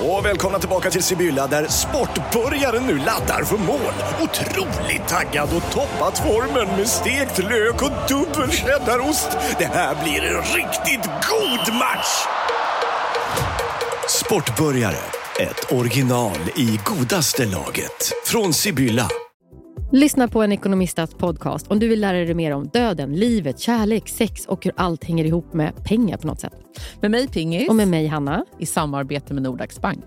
Och välkomna tillbaka till Sibylla där sportbörjaren nu laddar för mål. Otroligt taggad och toppat formen med stekt lök och dubbel cheddarost. Det här blir en riktigt god match! Sportbörjare, ett original i godaste laget. Från Sibylla. Lyssna på en ekonomistats podcast om du vill lära dig mer om döden, livet, kärlek, sex och hur allt hänger ihop med pengar på något sätt. Med mig Pingis. Och med mig Hanna. I samarbete med Nordax Bank.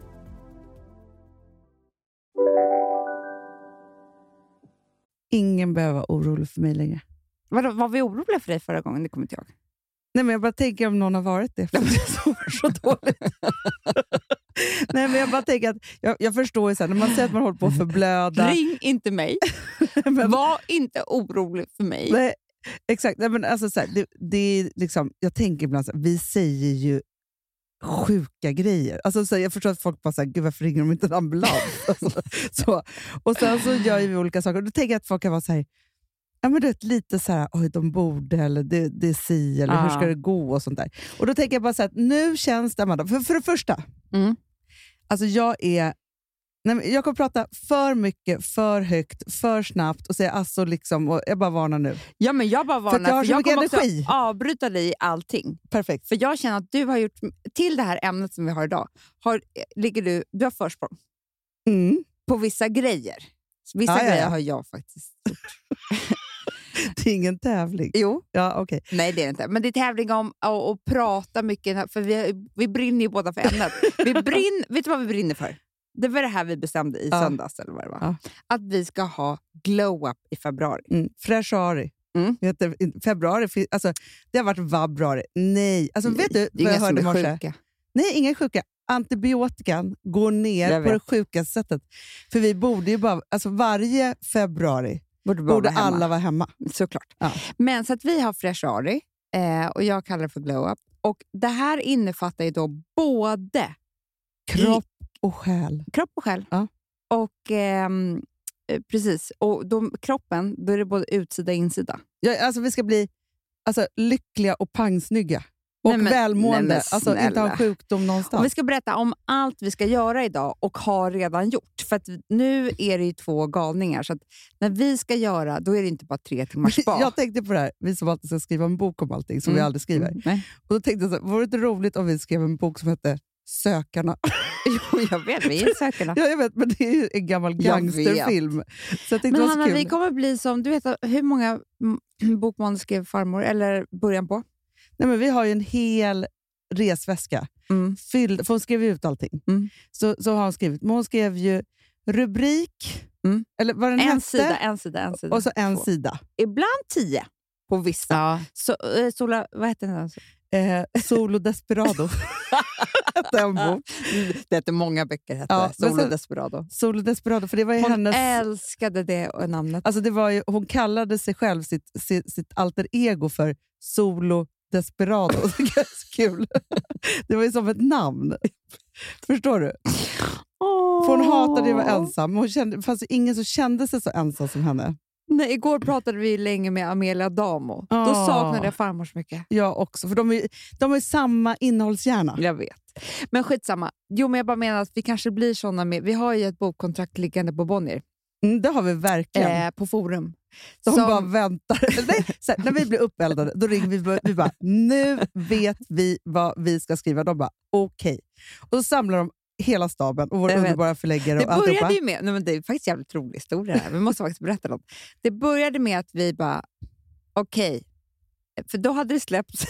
Ingen behöver vara orolig för mig längre. Var vi oroliga för dig förra gången? Det kommer inte jag. Nej, men jag bara tänker om någon har varit det. För det sover så dåligt. Nej, men jag bara tänker att jag förstår ju så här, när man säger att man håller på att förblöda. Ring inte mig. Men, var inte orolig för mig. Nej, exakt. Nej, men alltså, så här, det är liksom, jag tänker ibland så här, vi säger ju sjuka grejer. Alltså, så här, jag förstår att folk bara säger, gud varför ringer de inte en ambulans? Alltså, så. Och sen så gör vi olika saker. Och då tänker jag att folk kan vara så här, ja, men det är lite så här, oj, de borde, eller det är si, eller hur ska det gå och sånt där. Och då tänker jag bara så här, att nu känns det, Amanda, för det första, alltså jag kommer prata för mycket, för högt, för snabbt och säga alltså liksom, och jag bara varnar nu. Ja, men jag bara varnar, för jag kommer också energi. Avbryta dig i allting. Perfekt. För jag känner att du har gjort, till det här ämnet som vi har idag, du har försprång. På vissa grejer. Vissa grejer har jag faktiskt gjort. Det är ingen tävling. Jo. Ja, okej. Nej, det är det inte. Men det är tävling om att prata mycket. För vi brinner ju båda för ämnet. Vet du vad vi brinner för? Det var det här vi bestämde i söndags. Eller vad det var. Ja. Att vi ska ha glow-up i februari. Februari. Februari. Alltså, det har varit vabruari. Nej. Alltså, vet du vad jag hörde i morse? Sjuka. Nej, inga sjuka. Antibiotikan går ner på det sjukaste sättet. För vi borde ju bara... Alltså varje februari borde alla vara hemma. Såklart. Ja. Men så att vi har februari och jag kallar det för glow up. Och det här innefattar ju då både kropp och själ. Kropp och själ. Ja. Och precis. Och kroppen, då är det både utsida och insida. Ja, alltså vi ska bli lyckliga och pangsnygga. Och välmående. Alltså inte ha sjukdom någonstans. Och vi ska berätta om allt vi ska göra idag och har redan gjort. För att nu är det ju 2 galningar. Så att när vi ska göra, då är det inte bara 3 timmars spa. Jag tänkte på det här. Vi som alltid ska skriva en bok om allting som vi aldrig skriver. Och då tänkte jag så här, vore det roligt om vi skrev en bok som hette Sökarna? Jo, jag vet. Vi är Sökarna. Ja, jag vet. Men det är ju en gammal gangsterfilm. Så jag tänkte, men Hanna, vi kommer bli som... Du vet hur många bokmanus skrev farmor? Eller början på? Nej, men vi har ju en hel resväska fylld, för hon skrev ut allting. Så har hon skrivit. Men hon skrev ju rubrik, eller vad den en hette. En sida. Och så en sida. Ibland 10 på vissa. Ja. Så, Sola, vad heter den? Solo Desperado. Den bok. Det heter många böcker. Solo Desperado. Solo Desperado, för det var ju hon hennes... älskade det namnet. Alltså det var ju, hon kallade sig själv sitt alter ego för Solo Desperado. Det är så kul. Det var ju som ett namn. Förstår du? För hon hatade att vara ensam. Det fanns ju ingen som kände sig så ensam som henne. Nej, igår pratade vi länge med Amelia Damo. Då saknade jag farmor så mycket. Jag också, för de har ju samma innehållshjärna. Jag vet. Men skitsamma. Jo, men jag bara menar att vi kanske blir såna med... Vi har ju ett bokkontrakt liggande på Bonnier. Det har vi verkligen. På forum. De bara väntar. Nej, så här, när vi blir uppeldade, då ringer vi bara, nu vet vi vad vi ska skriva. De bara, okej. Och så samlar de hela staben och våra underbara förläggare. Det började ju med, nej, men det är faktiskt jävligt rolig historia här. Vi måste faktiskt berätta något. Det började med att vi bara, okej. För då hade det släppts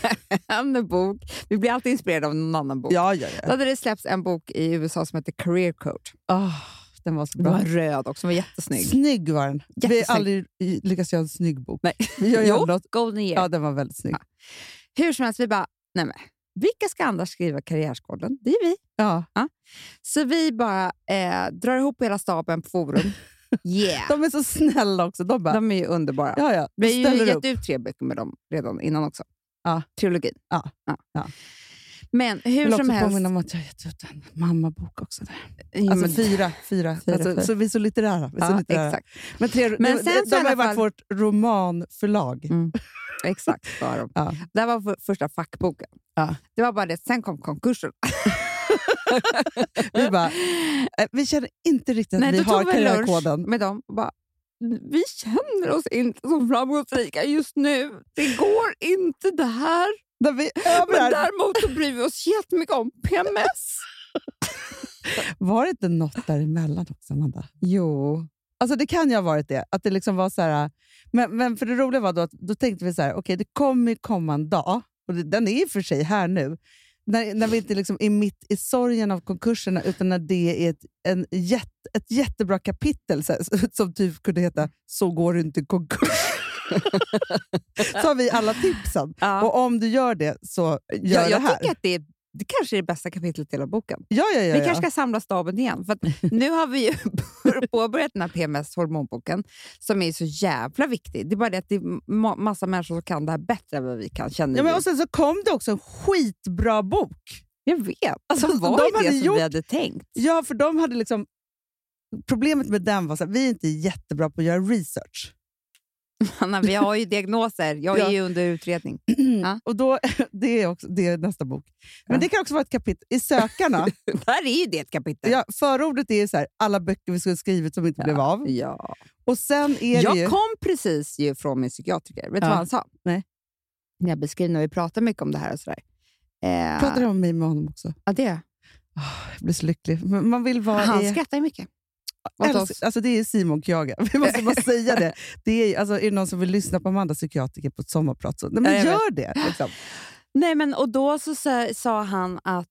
en bok. Vi blir alltid inspirerade av någon annan bok. Ja. Då hade det släppts en bok i USA som heter Career Coach. Den var så bra. Den var röd också, den var jättesnygg. Snygg var den. Vi har aldrig lyckats göra en snygg bok. Nej. Vi gör något. Golden Year. Ja, den var väldigt snygg. Ja. Hur som helst, vi bara, nej men, vilka ska annars skriva Karriärskoden? Det är vi. Ja. Så vi bara drar ihop hela staben på forum. Yeah. De är så snälla också. De är ju underbara. Ja. Vi har ju gett ut 3 böcker med dem redan innan också. Ja. Trilogin. Ja. Men hur som helst... Jag vill påminna om att jag har gett ut en mammabok också där. Alltså 4. Alltså, så vi är så litterära. Exakt. Men de har ju varit vårt romanförlag. Exakt, var de. Det här var första fackboken. Det var bara det, sen kom konkursen. vi känner inte riktigt att vi har karriärkoden. Med dem och bara, vi känner oss inte som framgångsrika just nu. Det går inte det här. Men däremot så bryr vi oss jättemycket om PMS. Var det inte något däremellan också, Amanda? Jo. Alltså det kan ju ha varit det. Att det liksom var så här, men för det roliga var då tänkte vi så här, okej, det kommer komma en dag, och den är i för sig här nu, när vi inte liksom är mitt i sorgen av konkurserna, utan när det är ett jättebra kapitel som typ kunde heta Så går du inte i konkurs. Så har vi alla tipsen. Ja. Och om du gör det så gör det här. Jag tycker att det kanske är det bästa kapitlet i hela boken. Ja. Vi kanske ska samla staben igen. För att nu har vi ju påbörjat den här PMS-hormonboken som är så jävla viktig. Det är bara det att det är massa människor som kan det här bättre än vad vi kan känna. Ja, men och sen så kom det också en skitbra bok. Jag vet. Som var det som vi hade tänkt. Ja, för de hade liksom... Problemet med den var att vi är inte jättebra på att göra research. Anna, vi har ju diagnoser. Jag är ju under utredning. Ja. Och då, det är nästa bok. Men det kan också vara ett kapitel. I Sökarna... Där är ju det ett kapitel. Ja, förordet är så här, alla böcker vi skulle skrivit som inte blev av. Ja. Och sen är jag det ju... kom precis ju från min psykiatriker. Vet du vad han sa? Nej. Jag beskriver när vi pratar mycket om det här och sådär. Pratar du om mig med honom också? Ja, det. Jag blir så lycklig. Men man vill vara han skrattar ju mycket. Alltså det är Simon Kjaga. Vi måste bara säga det. Det är, alltså, är det någon som vill lyssna på Amanda psykiatriker på ett sommarprat? Nej, men gör det. Liksom. Nej, men och då så sa han att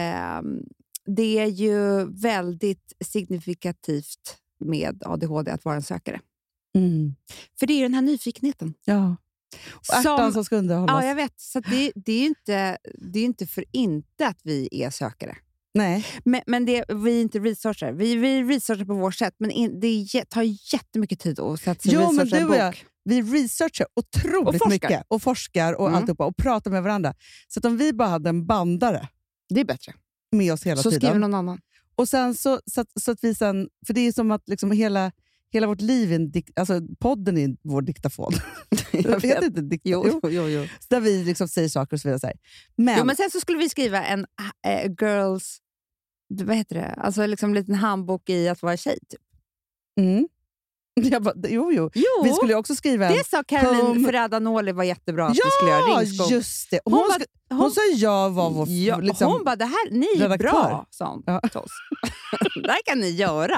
det är ju väldigt signifikativt med ADHD att vara en sökare. Mm. För det är ju den här nyfikenheten. Ja. Och ärtan som ska underhållas. Ja, jag vet. Så det är ju inte för inte att vi är sökare. Nej. Men vi är inte researchare. Vi researchar på vårt sätt, men det tar jättemycket tid att sätta sig och researcha en bok. Vi researchar otroligt mycket och forskar och alltihopa och pratar med varandra. Så att om vi bara hade en bandare, det är bättre. Med oss hela tiden. Så skriver någon annan. Och sen så att vi sen, för det är som att liksom hela vårt liv är alltså podden är vår diktafon. Jag vet inte diktafon. Jo. Där vi liksom säger saker och så vidare. Men sen så skulle vi skriva en girls, vad heter det? Alltså liksom en liten handbok i att vara tjej typ. Mm. Jag bara, jo. Vi skulle också skriva en... Det sa Caroline Ferrada-Noli var jättebra att vi skulle göra ringskog. Ja, just det. Hon sa jag var vår liksom, hon bara, det här, ni är redaktör. Bra, sa hon till oss. Det här kan ni göra.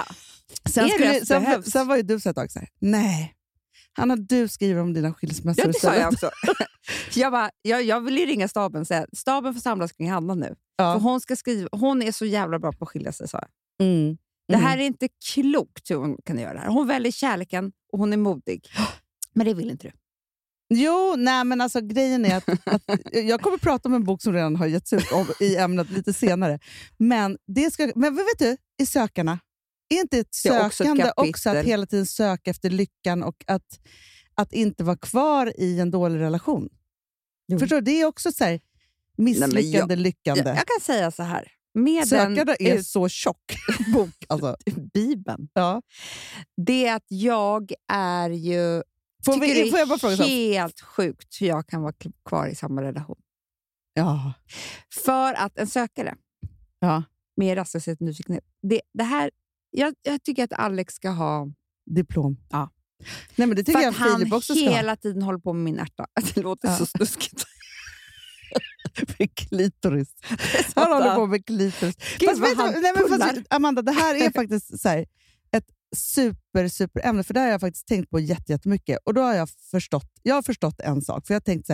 Sen var ju du så ett tag så här, nej. Hanna, du skriver om dina skilsmässor. Ja, det sa jag också. Jag vill ju ringa staben och säga, staben får samlas kring Hanna nu. Ja. För hon ska skriva, hon är så jävla bra på att skilja sig, sa jag. Mm. Det här är inte klokt hur hon kan göra det här. Hon väljer kärleken och hon är modig. Men det vill inte du. Jo, nej men alltså grejen är att jag kommer prata om en bok som redan har getts ut i ämnet lite senare. Men vet du, i Sökarna, är inte ett sökande också att hela tiden söka efter lyckan och att inte vara kvar i en dålig relation? Jo. Förstår du? Det är också så här misslyckande, lyckande. Jag kan säga så här. Sökarna är så tjock bok. Alltså. Bibeln. Ja. Det är att jag är ju... Får jag bara fråga helt sjukt hur jag kan vara kvar i samma relation. Ja. För att en sökare med rastlöshet och nyfikenhet. Det här, jag tycker att Alex ska ha diplom. Ja. Nej, men det tycker för jag att han också ska hela tiden håller på med min ärta. Det låter så snuskigt. Med klitoris. Han håller på med klitoris. Amanda, det här är faktiskt så här, ett super ämne. För det här har jag faktiskt tänkt på jättemycket. Och då har jag har förstått en sak. För jag har tänkt så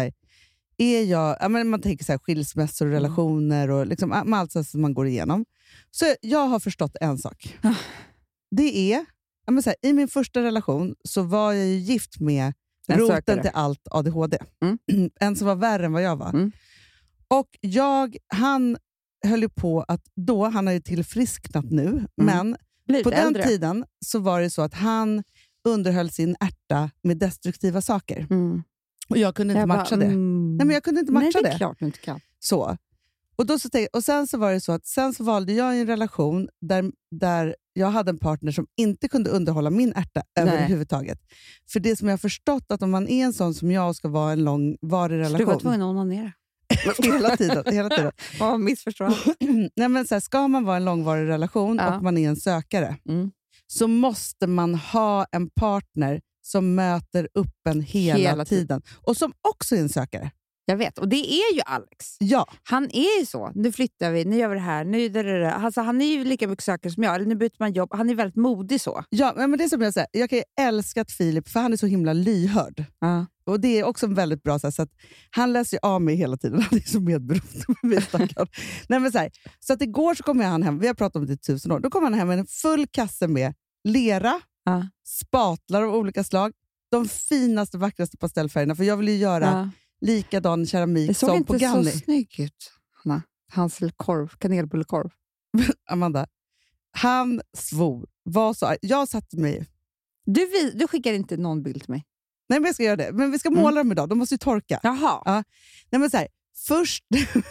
här, man tänker så här, skilsmässor och relationer och liksom, allt som man går igenom. Så jag har förstått en sak. Det är, i min första relation så var jag ju gift med roten till allt ADHD. En som var värre än vad jag var. Och han höll ju på att han har ju tillfrisknat nu, men på den tiden så var det så att han underhöll sin ärta med destruktiva saker. Och jag kunde inte matcha det. Nej, men jag kunde inte matcha det. Det är klart du inte kan. Så. Och sen så var det så att sen så valde jag en relation där jag hade en partner som inte kunde underhålla min ärta överhuvudtaget. För det som jag har förstått, att om man är en sån som jag ska vara en långvarig relation... Så du var tvungen att onanera? hela tiden. Ja, missförstår. Nej, men så här, ska man vara en långvarig relation och man är en sökare så måste man ha en partner som möter upp en hela tiden. Och som också är en sökare. Jag vet, och det är ju Alex. Ja. Han är ju så. Nu flyttar vi, nu gör vi det här. Nu det. Alltså, han är ju lika mycket sökare som jag. Eller nu byter man jobb. Han är väldigt modig så. Ja, men det är som jag säger. Jag kan ju älska att Filip, för han är så himla lyhörd. Och det är också väldigt bra så att han läser ju av mig hela tiden. Han är så medberoende med mig, stackaren. Nej, men så att igår så kommer han hem, vi har pratat om det i 1000 år. Då kommer han hem med en full kasse med lera, spatlar av olika slag. De finaste, vackraste pastellfärgerna. För jag vill ju göra likadan keramik som på Ganni. Det såg inte så snygg ut, Hanna. Hans kanelbullekorv. Amanda, han svor. Var så, jag satte mig... Du skickar inte någon bild till mig. Nej, men jag ska göra det. Men vi ska måla dem idag. De måste ju torka. Jaha. Ja. Nej, men så här. Först...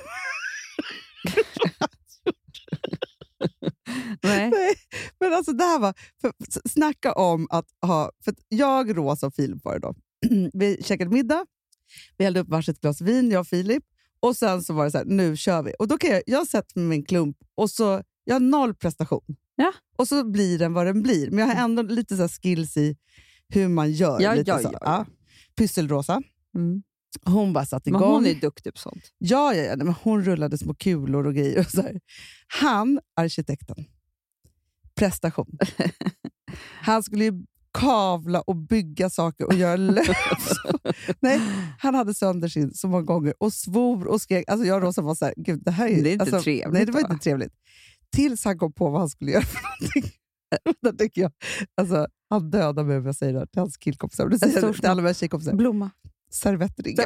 Nej. Men alltså det här var... Snacka om att ha... För att jag, Rosa och Filip var det då. Vi käkade middag. Vi hällde upp varsitt glas vin, jag och Filip. Och sen så var det så här, nu kör vi. Och då kan jag sätter med min klump och så... Jag har 0 prestation. Ja. Och så blir den vad den blir. Men jag har ändå lite så här skills i hur man gör. Ja. Pysselrosa. Hon bara satt igång. Men hon är duktig på sånt. Ja. Men hon rullade små kulor och grejer. Och så här. Han, arkitekten. Prestation. Han skulle ju kavla och bygga saker och göra lös. Nej, han hade sönder sin så många gånger och svor och skrek. Alltså jag och Rosa var så här, gud, det här är inte trevligt. Nej, det var inte trevligt. Tills han kom på vad han skulle göra för någonting. Där tycker jag, alltså, han dödar mig om jag säger det till hans killkompisar. Det säger jag till alla mina tjejkompisar. Blomma. Servettringar.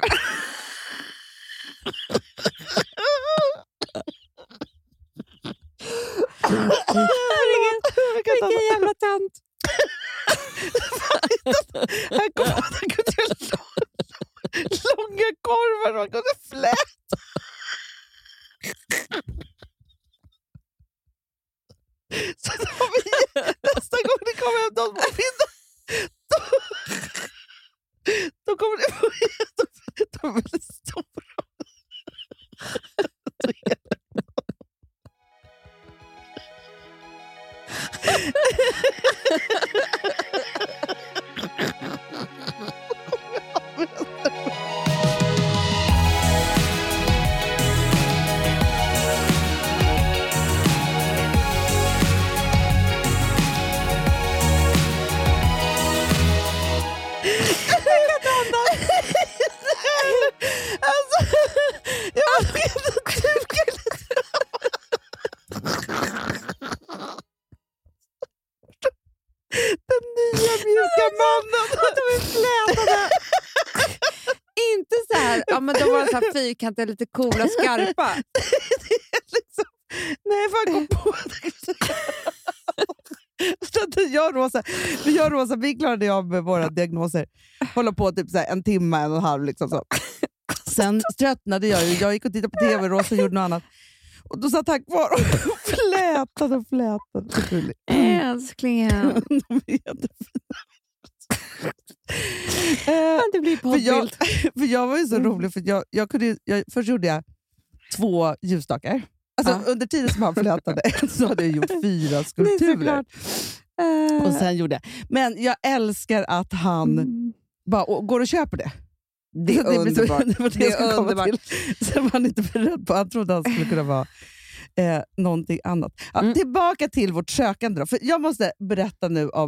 Vilken jävla tant. Han kunde göra långa korvar och han kunde fläta. Så då har vi, nästa gång det kommer hem någon på middag, då kommer det få de är väldigt stora. Den nya mjuka mannen. De är flätade. Inte så här, ja, men de var så här fyrkantiga, lite coola, skarpa. Det är liksom, nej, fan kom på det. Jag och Rosa, vi klarade av med våra diagnoser. Hålla på typ så här 1 timme, 1,5 liksom så. Sen tröttnade jag. Jag gick och tittade på tv, Rosa gjorde något annat. Och då satt han kvar och flätade. Älsklingen. De är jättefina. Det blir poddbild. För jag var ju så rolig. För först gjorde jag 2 ljusstakar. Alltså, under tiden som han flätade så hade jag gjort 4 skulpturer. Och sen gjorde jag. Men jag älskar att han bara går och köper det. Det är underbart. Det är underbart. Sen var han inte beredd på. Han trodde han skulle kunna vara någonting annat. Ja, tillbaka till vårt sökande då. För jag måste berätta nu om...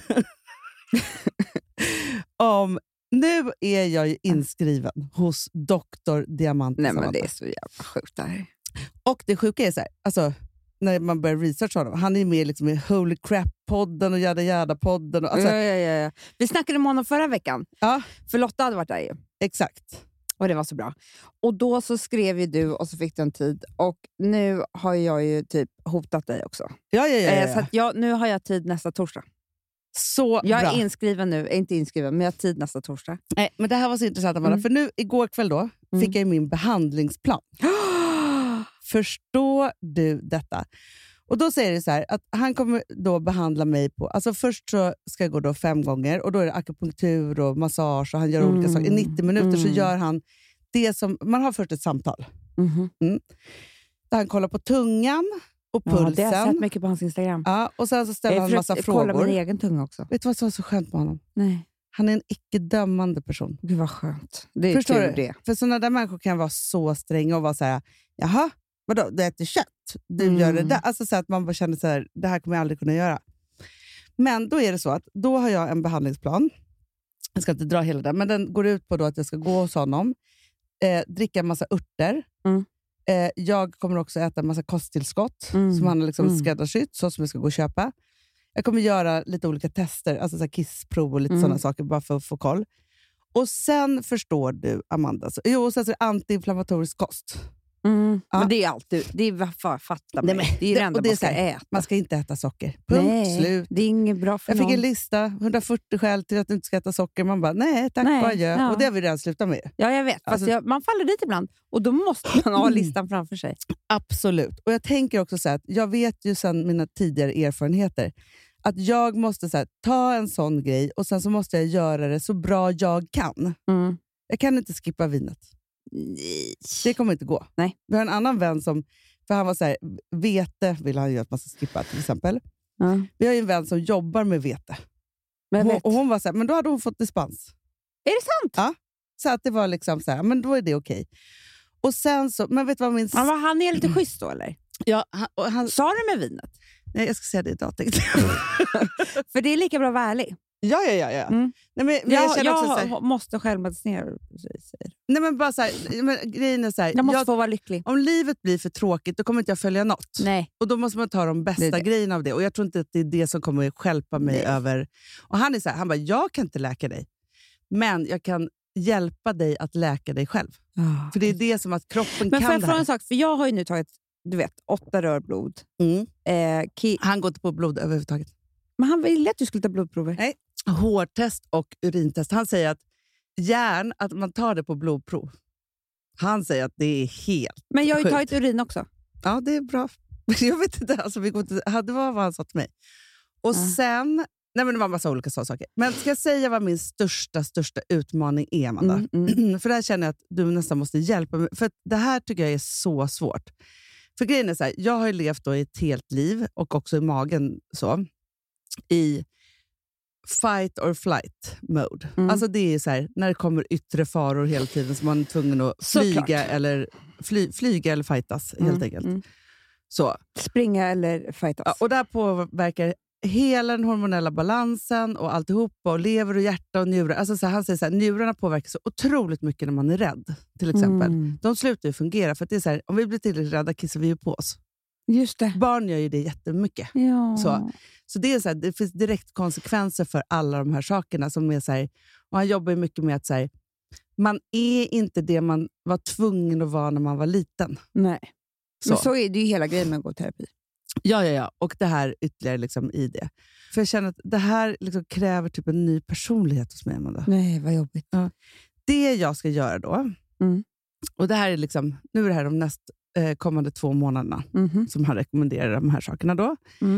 nu är jag ju inskriven hos Dr. Diamant. Nej, men det är så jävla sjukt det här. Och det sjuka är så här, alltså, när man börjar researcha honom, han är med liksom i Holy Crap-podden och Jada-Jada-podden. Och, alltså, ja. Vi snackade om honom förra veckan. Ja. För Lotta hade varit där ju. Exakt. Och det var så bra. Och då så skrev ju du och så fick du en tid. Och nu har jag ju typ hotat dig också. Ja. Så att nu har jag tid nästa torsdag. Så jag bra. är inskriven nu, inte inskriven, men jag har tid nästa torsdag. Nej, men det här var så intressant, Amanda. För nu, igår kväll då, fick jag min behandlingsplan. Förstår du detta? Och då säger det så här, att han kommer då behandla mig på... Alltså först så ska jag gå då 5 gånger och då är det akupunktur och massage och han gör olika saker. I 90 minuter så gör han det som, man har först ett samtal. Mhm. Där han kollar på tungan och pulsen. Ja, det har jag sett mycket på hans Instagram. Ja, och sen så ställer han en massa frågor. Kolla min egen tunga också. Vet du vad som är så skönt med honom? Nej. Han är en icke-dömande person. Gud vad skönt. Det är Förstår tur du? det. För sådana där människor kan vara så stränga och vara så här: jaha, vadå, du äter kött? Du gör det där. Alltså så att man bara känner så här: det här kommer jag aldrig kunna göra. Men då är det så att då har jag en behandlingsplan. Jag ska inte dra hela den, men den går ut på då att jag ska gå hos honom, dricka en massa örter. Jag kommer också äta en massa kosttillskott som han har liksom skräddarsytt, så som jag ska gå och köpa. Jag kommer göra lite olika tester, alltså så här kissprov och lite sådana saker, bara för att få koll. Och sen förstår du, Amanda, så är det antiinflammatorisk kost. Ja. Men det är alltid, det är vad fattar mig. Det är det enda man ska äta. Man ska inte äta socker. Punkt, slut. Det är inget bra för jag någon. fick en lista, 140 skäl till att du inte ska äta socker. Man bara, nej, tack, adjö. Ja. Och det har vi redan slutat med. Ja, jag vet. Alltså, man faller dit ibland. Och då måste man ha listan framför sig. Absolut. Och jag tänker också så här, att jag vet ju sedan mina tidigare erfarenheter att jag måste så här, ta en sån grej och sen så måste jag göra det så bra jag kan. Jag kan inte skippa vinet. Det kommer inte gå. Nej. Vi har en annan vän som, för han var så här, vete vill han ju att man ska skippa till exempel. Vi har ju en vän som jobbar med vete. Och hon var så här, men då hade hon fått dispens. Är det sant? Ja. Så att det var liksom så här, men då är det okej. Och sen så, men vet du vad min... Han är lite schysst då, eller? Ja, han... Sa du med vinet? Nej, jag ska säga det idag. För det är lika bra att vara ärlig. Ja. Nej, men jag måste självmedicinera. Nej, men bara så här, men grejen är så här, jag måste få vara lycklig. Om livet blir för tråkigt, då kommer inte jag följa något. Nej. Och då måste man ta de bästa grejerna av det. Och jag tror inte att det är det som kommer att stjälpa mig över. Och han är så här, han bara, jag kan inte läka dig. Men jag kan hjälpa dig att läka dig själv. För det är det som att kroppen men kan det för här. En sak, för jag har ju nu tagit, 8 rör blod. Han går inte på blod överhuvudtaget. Men han ville att du skulle ta blodprover. Nej. Hårtest och urintest. Han säger att man tar det på blodprov. Han säger att det är helt Men jag har ju sjukt. tagit urin också. Ja, det är bra. Jag vet inte. Alltså, det var vad han sa till mig. Och sen... Nej, men det var en massa olika saker. Men ska jag säga vad min största utmaning är, Amanda? För där känner jag att du nästan måste hjälpa mig. För att det här tycker jag är så svårt. För grejen är så här, jag har ju levt då i ett helt liv och också i magen så i fight or flight mode. Alltså det är så här, när det kommer yttre faror hela tiden så man är tvungen att flyga eller fightas helt enkelt. Så. Springa eller fightas. Ja, och där påverkar hela den hormonella balansen och alltihopa och lever och hjärta och njurar. Alltså så här, han säger så här, njurarna påverkas så otroligt mycket när man är rädd till exempel. De slutar ju fungera för att det är så här, om vi blir tillräckligt rädda kissar vi ju på oss. Just det. Barn gör ju det jättemycket. Ja. Så det är så här, det finns direkt konsekvenser för alla de här sakerna som är så här, och han jobbar ju mycket med att så här, man är inte det man var tvungen att vara när man var liten. Nej. Men så är det ju hela grejen med att gå i terapi. Ja. Och det här ytterligare liksom i det. För jag känner att det här liksom kräver typ en ny personlighet hos mig, Amanda. Nej, vad jobbigt. Ja. Det jag ska göra då, och det här är liksom, nu är det här de kommande 2 månaderna som han rekommenderar de här sakerna då.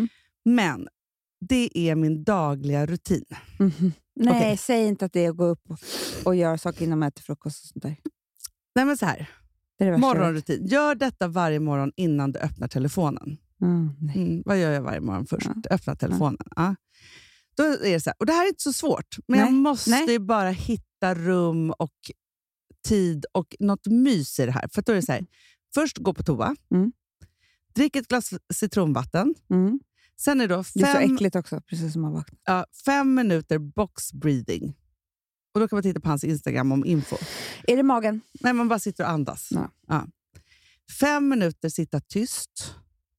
Men det är min dagliga rutin. Nej, säg inte att det är att gå upp och göra saker innan man äter frukost och sånt där. Nej, men så här. Det är det morgonrutin. Gör detta varje morgon innan du öppnar telefonen. Vad gör jag varje morgon först? Öppna telefonen. Ja. Då är det så här. Och det här är inte så svårt. Men jag måste ju bara hitta rum och tid och något mys i det här. För då är det så här. Först gå på toa. Drick ett glas citronvatten. Sen är det då 5... Det är så äckligt också, precis som man vaknar. Ja, 5 minuter box breathing. Och då kan man titta på hans Instagram om info. Är det magen? Nej, man bara sitter och andas. Ja. 5 minuter sitta tyst.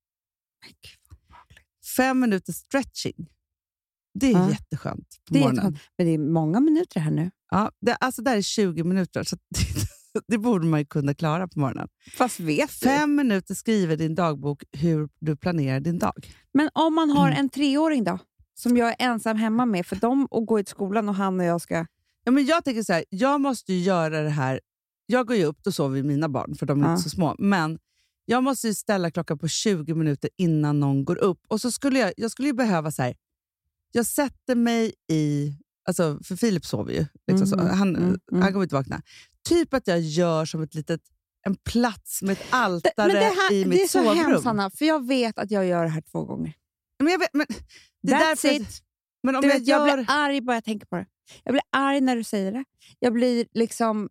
5 minuter stretching. Det är jätteskönt på morgonen. Jätteskönt. Men det är många minuter här nu. Ja, alltså där är 20 minuter. Så det borde man ju kunna klara på morgonen. Fast vet 5 minuter skriver din dagbok hur du planerar din dag. Men om man har en 3-åring då? Som jag är ensam hemma med för dem och går till skolan och han och jag ska... Ja, men jag tänker så här, jag måste ju göra det här. Jag går ju upp, då sover mina barn för de är inte så små. Men jag måste ju ställa klockan på 20 minuter innan någon går upp. Och så skulle jag skulle ju behöva så här. Jag sätter mig i... Alltså, för Filip sover ju. Liksom så. Han kommer inte vakna. typ att jag gör som en plats med ett altare i mitt sovrum. Det är så hemskt, Hanna, för jag vet att jag gör det här 2 gånger. Men jag vet, men det är därför it. Men om jag blir arg bara jag tänker på det. Jag blir arg när du säger det. Jag blir liksom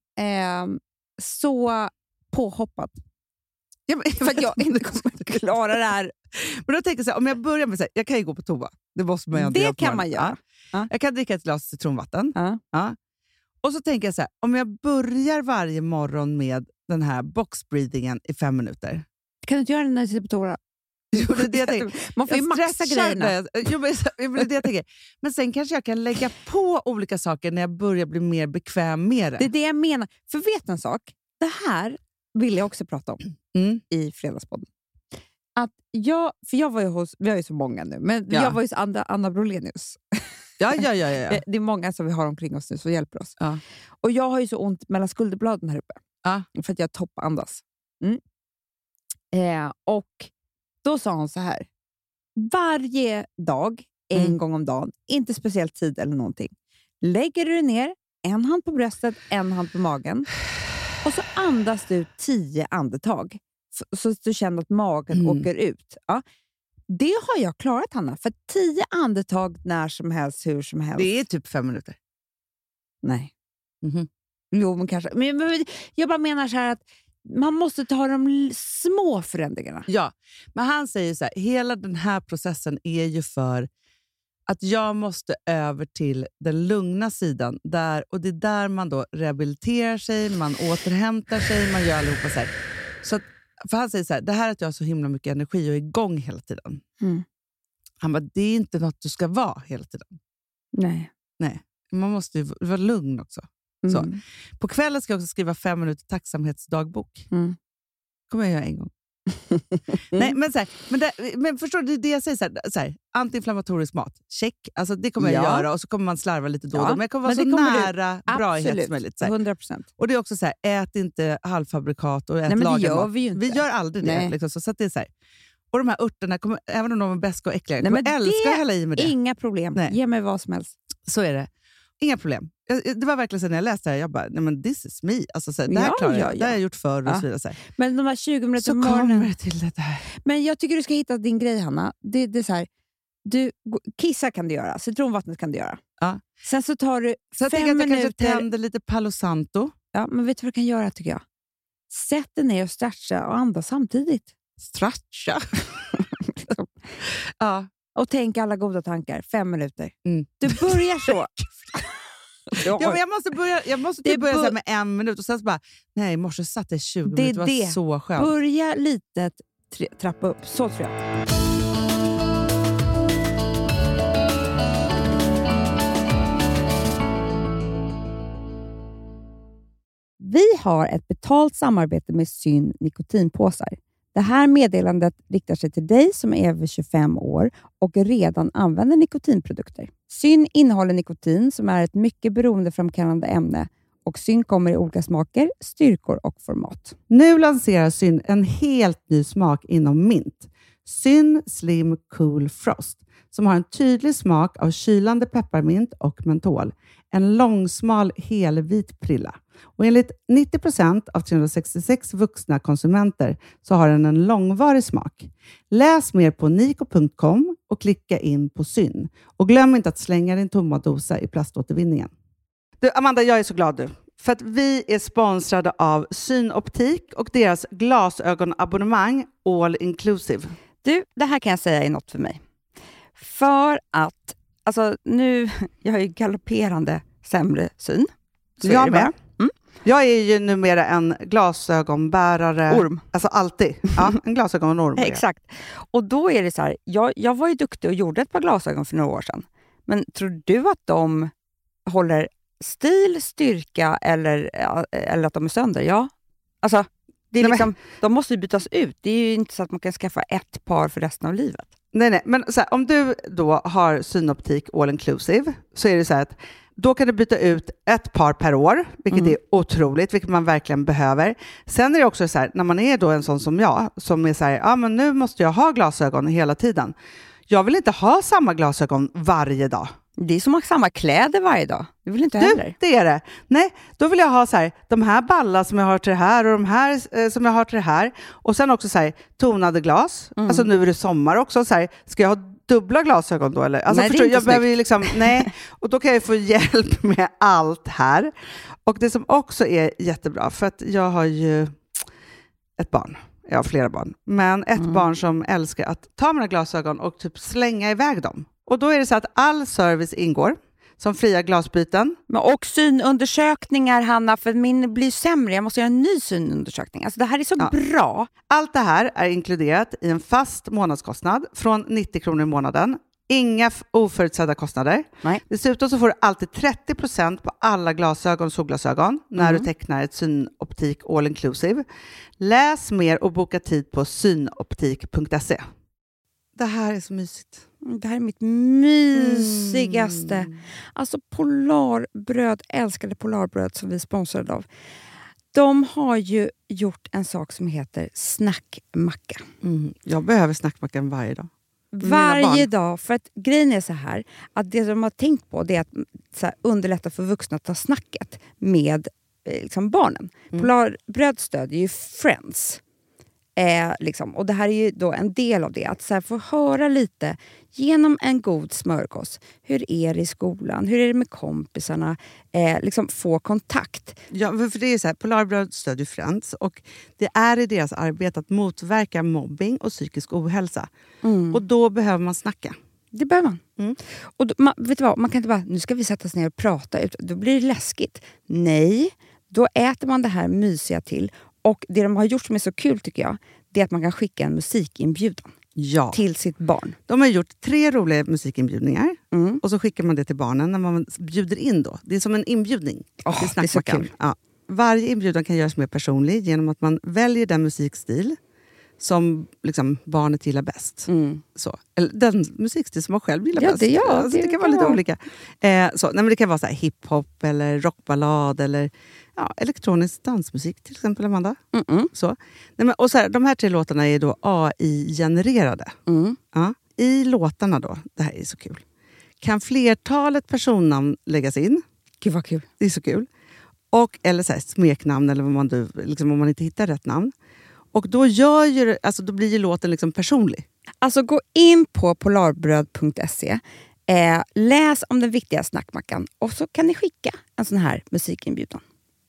så påhoppad. För att jag inte kommer klara det här. Men då tänker jag så här, om jag börjar med så här, jag kan ju gå på toa. Det måste man ju det kan man göra. Ja. Jag kan dricka ett glas citronvatten. Ja. Och så tänker jag så här, om jag börjar varje morgon med den här box-breathingen i 5 minuter. Kan du inte göra det när du sitter på toa? Jo, det är det jag tänker. Man får ju maxa grejerna. Det jag tänker. Men sen kanske jag kan lägga på olika saker när jag börjar bli mer bekväm med det. Det är det jag menar. För vet en sak, det här vill jag också prata om i Fredagspodden. Att jag var ju vi har ju så många nu, men jag var ju hos Anna Brolenius. Ja. Det är många som vi har omkring oss nu som hjälper oss. Ja. Och jag har ju så ont mellan skulderbladen här uppe. Ja. För att jag toppandas. Och då sa hon så här. Varje dag, en gång om dagen, inte speciellt tid eller någonting. Lägger du ner, en hand på bröstet, en hand på magen. Och så andas du 10 andetag. Så du känner att magen åker ut. Ja. Det har jag klarat, Hanna. För 10 andetag när som helst, hur som helst. Det är typ 5 minuter. Nej. Jo, men kanske. Men jag bara menar så här att man måste ta de små förändringarna. Ja, men han säger så här, hela den här processen är ju för att jag måste över till den lugna sidan. Och det är där man då rehabiliterar sig, man återhämtar sig, man gör allihopa så här. Så att, för han säger så här, det här att jag har så himla mycket energi och är igång hela tiden. Han bara, det är inte något du ska vara hela tiden. Nej. Man måste ju vara lugn också. Så. På kvällen ska jag också skriva 5 minuter tacksamhetsdagbok. Kommer jag göra en gång. Nej, men, så här, men förstår du det jag säger? Så här, antiinflammatorisk mat, check. Alltså, det kommer jag göra och så kommer man slarva lite då och då. Men jag kommer vara så nära brahet som möjligt. 100%. Och det är också så här, ät inte halvfabrikat och ät lagad mat. Gör vi ju inte. Vi gör aldrig det. Liksom, så att det är så här. Och de här örterna, även om de är beska och äckliga, jag älskar att hälla i med det. Inga problem. Nej. Ge mig vad som helst. Så är det. Inga problem. Det var verkligen så när jag läste det här, jag bara, nej men this is me. Alltså, så här, det här klarar jag. Det har jag gjort förr och så vidare. Så här. Men de här 20 minuter så kommer det till det där. Men jag tycker du ska hitta din grej, Hanna. Det är så här, kissa kan du göra, citronvattnet kan du göra. Ja. Sen så tar du 5 minuter. Jag kanske tänder lite Palo Santo. Ja, men vet du vad du kan göra tycker jag? Sätt dig ner och stretcha och andas samtidigt. Stretcha? Ja. Och tänk alla goda tankar. 5 minuter. Du börjar så. Ja, men jag måste börja så här med 1 minut och sen så bara, nej, i morse satt det 20 minuter, det var så skönt. Börja lite trappa upp, så tror jag. Vi har ett betalt samarbete med Syn nikotinpåsar. Det här meddelandet riktar sig till dig som är över 25 år och redan använder nikotinprodukter. Syn innehåller nikotin som är ett mycket beroendeframkallande ämne och Syn kommer i olika smaker, styrkor och format. Nu lanserar Syn en helt ny smak inom mint. Syn Slim Cool Frost som har en tydlig smak av kylande pepparmint och mentol. En långsmal helvit prilla. Och enligt 90% av 366 vuxna konsumenter så har den en långvarig smak. Läs mer på niko.com och klicka in på Syn. Och glöm inte att slänga din tomma dosa i plaståtervinningen. Du, Amanda, jag är så glad du. För att vi är sponsrade av Synoptik och deras glasögonabonnemang All Inclusive. Du, det här kan jag säga är något för mig. För att, alltså nu, jag har ju galopperande sämre syn. Så jag är med. Jag är ju numera en glasögonbärare. Orm. Alltså alltid. Ja, en glasögonorm. Exakt. Och då är det så här, jag var ju duktig och gjorde ett par glasögon för några år sedan. Men tror du att de håller stil, styrka eller att de är sönder? Ja. Alltså, det är liksom, de måste ju bytas ut. Det är ju inte så att man kan skaffa ett par för resten av livet. Nej. Men så här, om du då har Synoptik All Inclusive så är det så här att då kan du byta ut ett par per år, vilket är otroligt, vilket man verkligen behöver. Sen är det också så här, när man är då en sån som jag, som är så här, ja men nu måste jag ha glasögon hela tiden. Jag vill inte ha samma glasögon varje dag. Det är som att ha samma kläder varje dag. Det vill inte heller. Det är det. Nej, då vill jag ha så här, de här ballar som jag har till det här och de här som jag har till det här. Och sen också så här, tonade glas. Alltså nu är det sommar också. Så här, ska jag ha dubbla glasögon då? Eller? Alltså, Nej, förstår, det är inte jag behöver ju liksom, nej. Och då kan jag få hjälp med allt här. Och det som också är jättebra, för att jag har ju ett barn. Jag har flera barn. Men ett barn som älskar att ta mina glasögon och typ slänga iväg dem. Och då är det så att all service ingår. Som fria glasbyten. Och synundersökningar, Hanna, för min blir sämre. Jag måste göra en ny synundersökning. Alltså det här är så bra. Allt det här är inkluderat i en fast månadskostnad från 90 kronor i månaden. Inga oförutsedda kostnader. Nej. Dessutom så får du alltid 30% på alla glasögon och solglasögon när du tecknar ett synoptik all inclusive. Läs mer och boka tid på synoptik.se. Det här är så mysigt. Det här är mitt mysigaste. Alltså Polarbröd, älskade Polarbröd som vi sponsrade av. De har ju gjort en sak som heter snackmacka. Jag behöver snackmackan varje dag. Varje dag. För att grejen är så här, att det de har tänkt på det är att så här, underlätta för vuxna att ta snacket med liksom barnen. Polarbröd stödjer ju Friends. Liksom. Och det här är ju då en del av det. Att så här, få höra lite genom en god smörgås. Hur är det i skolan? Hur är det med kompisarna? Liksom få kontakt. Ja, för det är så här, Polarbröd stödjer Friends och det är i deras arbete att motverka mobbing och psykisk ohälsa. Och då behöver man snacka. Det behöver man. Och då, vet du vad? Man kan inte bara, nu ska vi sätta oss ner och prata ut. Då blir det läskigt. Nej, då äter man det här mysiga till. Och det de har gjort som är så kul tycker jag, det är att man kan skicka en musikinbjudan till sitt barn. De har gjort 3 roliga musikinbjudningar och så skickar man det till barnen när man bjuder in då. Det är som en inbjudning till snackmackan. Det är så kul. Ja. Varje inbjudan kan göras mer personlig genom att man väljer den musikstil som liksom barnet gillar bäst. Så. Eller den musikstil som man själv gillar bäst. Det kan vara lite olika. Det kan vara så här hiphop eller rockballad eller elektronisk dansmusik till exempel, Amanda. Så. Och så här, de här 3 låtarna är då AI-genererade. Ja. I låtarna då, det här är så kul, kan flertalet personnamn läggas in. Gud vad kul. Det är så kul. Eller så här, smeknamn eller vad man, liksom, om man inte hittar rätt namn. Och då, då blir ju låten liksom personlig. Alltså gå in på polarbröd.se, läs om den viktiga snackmackan och så kan ni skicka en sån här musikinbjudan.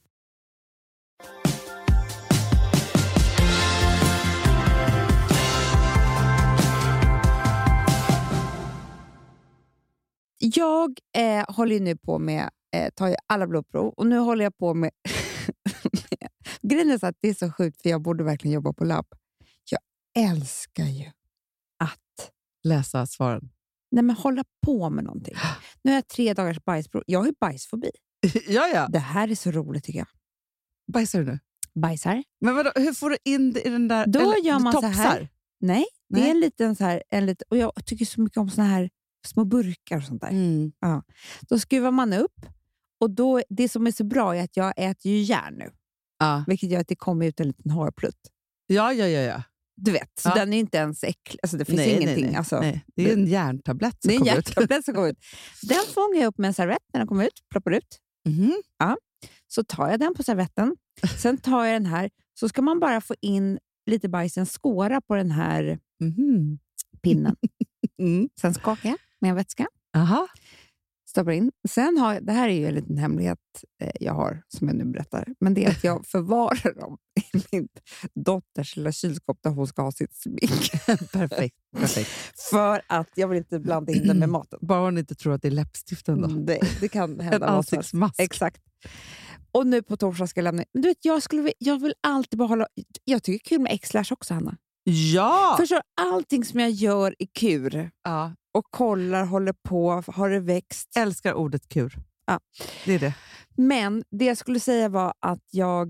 Jag håller ju nu på med, tar ju alla blodprov och nu håller jag på med grejen är så att det är så sjukt för jag borde verkligen jobba på labb. Jag älskar ju att läsa svaren. Nej, men hålla på med någonting. Nu har jag 3 dagars bajsprov. Jag har ju bajsfobi. Ja. Det här är så roligt tycker jag. Bajsar du nu? Bajsar. Men vadå, hur får du in det i den där? Då gör man topsar? så här. Nej, det är en liten så här. Och jag tycker så mycket om såna här små burkar och sånt där. Ja. Då skruvar man upp. Och då, det som är så bra är att jag äter ju järn nu. Ja. Vilket gör att det kommer ut en liten hårplutt. Ja. Du vet, så den är inte ens äcklig. Alltså det finns ingenting. Nej. Alltså, Nej. Det är en järntablett som det är en kommer järntablett som kommer ut. Den fångar jag upp med en servett när den kommer ut. Ploppar ut. Ja. Så tar jag den på servetten. Sen tar jag den här. Så ska man bara få in lite bajsen skåra på den här pinnen. Sen skakar jag med en vätska. Aha. Stoppar in. Sen har jag, det här är ju en liten hemlighet jag har som jag nu berättar. Men det är att jag förvarar dem i min dotters lilla kylskåp där hon ska ha sitt smink. Perfekt. För att jag vill inte blanda in den med maten. Bara hon inte tror att det är läppstiften då. Det kan hända. En ansiktsmask. Exakt. Och nu på torsdag ska jag lämna. Men du vet, jag vill alltid bara hålla. Jag tycker det är kul med X-lash också, Hanna. Ja! Förstår, allting som jag gör är kur. Ja. Och kollar, håller på, har det växt. Älskar ordet kur. Ja. Det är det. Men det jag skulle säga var att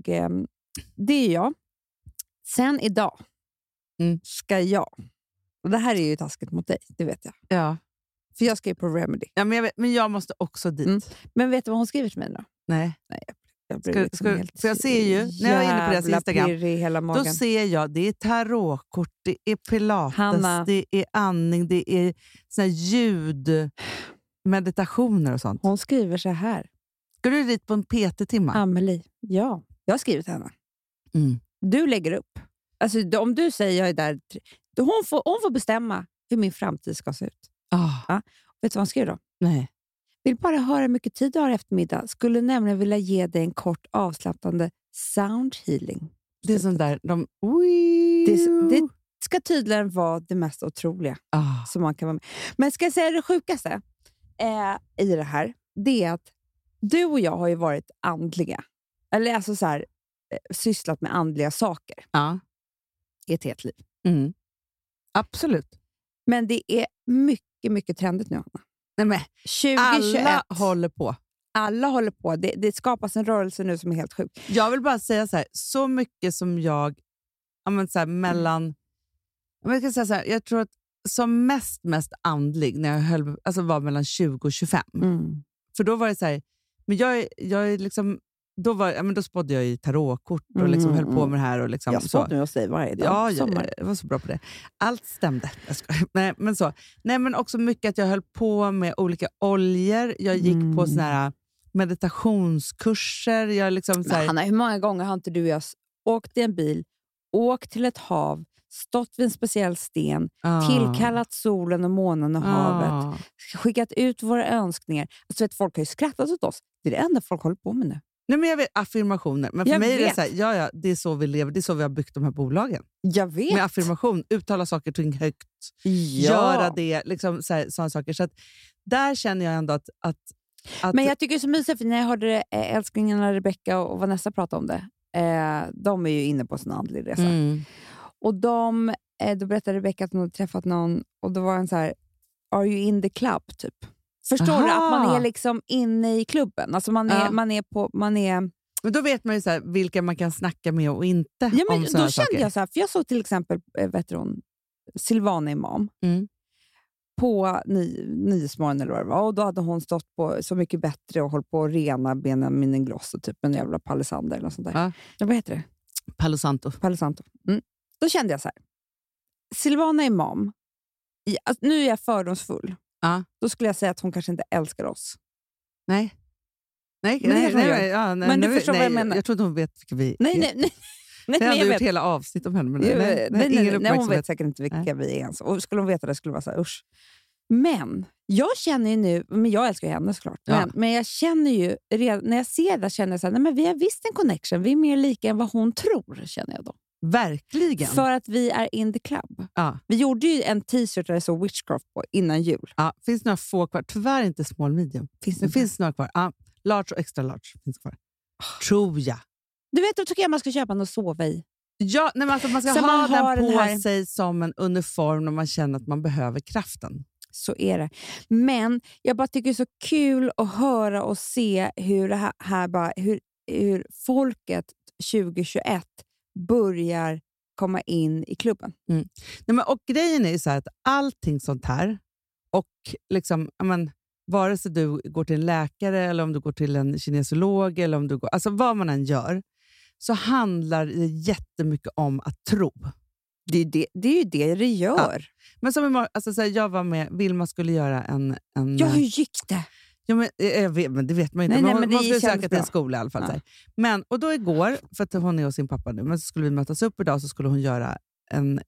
det är jag. Sen idag ska jag. Och det här är ju taskigt mot dig, det vet jag. Ja. För jag ska ju på Remedy. Ja, men jag måste också dit. Men vet du vad hon skriver till mig då? Nej. Så jag ser ju, när jag är inne på deras Instagram, hela magen. då ser jag, det är tarotkort, det är pilates, Hanna. det är andning, det är såna ljud. meditationer och sånt. Hon skriver så här. Ska du dit på en PT-timma? Amelie, ja. Jag har skrivit till henne. Mm. Du lägger upp. Alltså, om du säger jag är där, hon får bestämma hur min framtid ska se ut. Ja. Vet du vad hon skriver då? Nej. Vill bara höra hur mycket tid du har eftermiddag. Skulle nämligen vilja ge dig en kort avslappnande sound healing. Det är sånt där, Det ska tydligen vara det mest otroliga som man kan vara med. Men ska jag säga det sjukaste i det här, det är att du och jag har ju varit andliga. Eller alltså så här, sysslat med andliga saker i ett helt liv. Mm. Absolut. Men det är mycket, mycket trendigt nu, Anna. Nej, men 2021. Alla håller på. Det skapas en rörelse nu som är helt sjuk. Jag vill bara säga så mycket som jag mellan... Jag kan säga så här, jag tror att som mest andlig när jag var mellan 20 och 25. Mm. För då var det så här, men jag är liksom... Då spådde jag i tarotkort och liksom höll på med det här. Och liksom, jag spådde hos dig varje dag. Ja, jag var så bra på det. Allt stämde. Nej, men också mycket att jag höll på med olika oljor. Jag gick på såna här meditationskurser. Jag liksom, så här... Hanna, hur många gånger har inte du och jag åkt i en bil, åkt till ett hav, stått vid en speciell sten, tillkallat solen och månen och havet, skickat ut våra önskningar. Alltså, folk har ju skrattat åt oss. Det är det enda folk håller på med nu. Nej, men jag vet affirmationer. Men för mig är det så här, det är så vi lever. Det är så vi har byggt de här bolagen. Jag vet. Med affirmation, uttala saker ting högt. Göra det, liksom sådana saker. Så att där känner jag ändå att... Men jag tycker det är så mysigt, för när jag hörde älsklingarna Rebecca och Vanessa prata om det. De är ju inne på sin andlig resa. Och då berättade Rebecca att hon hade träffat någon, och då var han så här: are you in the club, typ? Förstår du? Att man är liksom inne i klubben. Alltså man är... Men då vet man ju så här, vilka man kan snacka med och inte. Ja, men om då kände saker. Jag så här, för jag såg till exempel Silvana Imam på Nyhetsmorgon eller vad det var. Och då hade hon stått på Så mycket bättre och hållit på att rena Benjamin Ingrosso, typ en jävla palisander eller något sånt där. Ja, vad heter det? Palo Santo. Då kände jag så här: Silvana Imam, nu är jag fördomsfull. Då skulle jag säga att hon kanske inte älskar oss. Nej. Men du förstår vad jag menar. Jag tror inte hon vet vilka vi är. Nej. Jag har gjort hela avsnitt om henne. Nej, hon vet säkert inte vilka vi är ens. Och skulle hon veta det skulle vara så här, usch. Men jag känner ju nu, men jag älskar henne såklart. Men jag känner ju, när jag ser det känner jag så här, nej, men vi har visst en connection. Vi är mer lika än vad hon tror, känner jag då. Verkligen. För att vi är in the club. Vi gjorde ju en t-shirt där det såg Witchcraft på innan jul. Finns några få kvar. Tyvärr inte small medium. Det finns några kvar. Large och extra large finns kvar. Tror jag. Du vet, då tycker jag man ska köpa något att sova i. Ja, nej, men alltså man ska ha den på sig som en uniform när man känner att man behöver kraften. Så är det. Men jag bara tycker det är så kul att höra och se hur det här bara, hur folket 2021 börjar komma in i klubben. Nej, men, och grejen är ju så här att allting sånt här, och liksom, vare sig du går till en läkare eller om du går till en kinesolog eller om du går, alltså vad man än gör, så handlar det jättemycket om att tro. Det är ju det gör. Men som alltså, så här, jag var med, Vilma skulle göra en... Ja, hur gick det? Ja, men det vet man inte. Nej, men det man skulle söka bra. till en skola i alla fall. Ja. Men, och då igår, för att hon är hos sin pappa nu, men så skulle vi mötas upp idag, så skulle hon göra en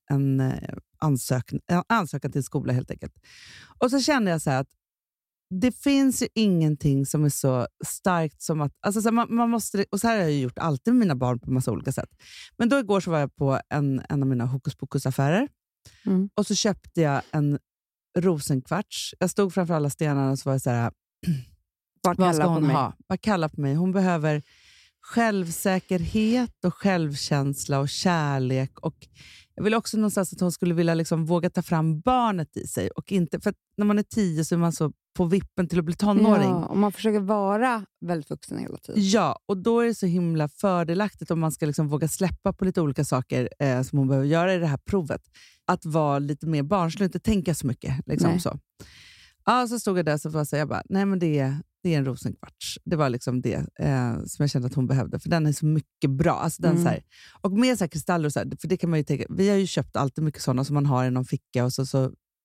ansökan till skola helt enkelt. Och så kände jag så här att det finns ju ingenting som är så starkt som att... Alltså så här, man måste, och så här har jag gjort alltid med mina barn på massa olika sätt. Men då igår så var jag på en av mina hokus pokus-affärer. Och så köpte jag en rosenkvarts. Jag stod framför alla stenarna och så var jag så här... Vad ska hon ha? Vad kallar på mig? Hon behöver självsäkerhet och självkänsla och kärlek. Och jag vill också någonstans att hon skulle vilja liksom våga ta fram barnet i sig. Och inte, för att när man är 10 så är man så på vippen till att bli tonåring. Ja, och man försöker vara väldigt vuxen hela tiden. Ja, och då är det så himla fördelaktigt om man ska liksom våga släppa på lite olika saker som hon behöver göra i det här provet. Att vara lite mer barnslig, inte tänka så mycket. Liksom så. Ja, så stod jag där så får jag säga, jag bara, nej men det är en rosenkvarts. Det var liksom det som jag kände att hon behövde. För den är så mycket bra. Alltså den så här, och med så här kristaller och så här, för det kan man ju tänka, vi har ju köpt alltid mycket sådana som man har i någon ficka och så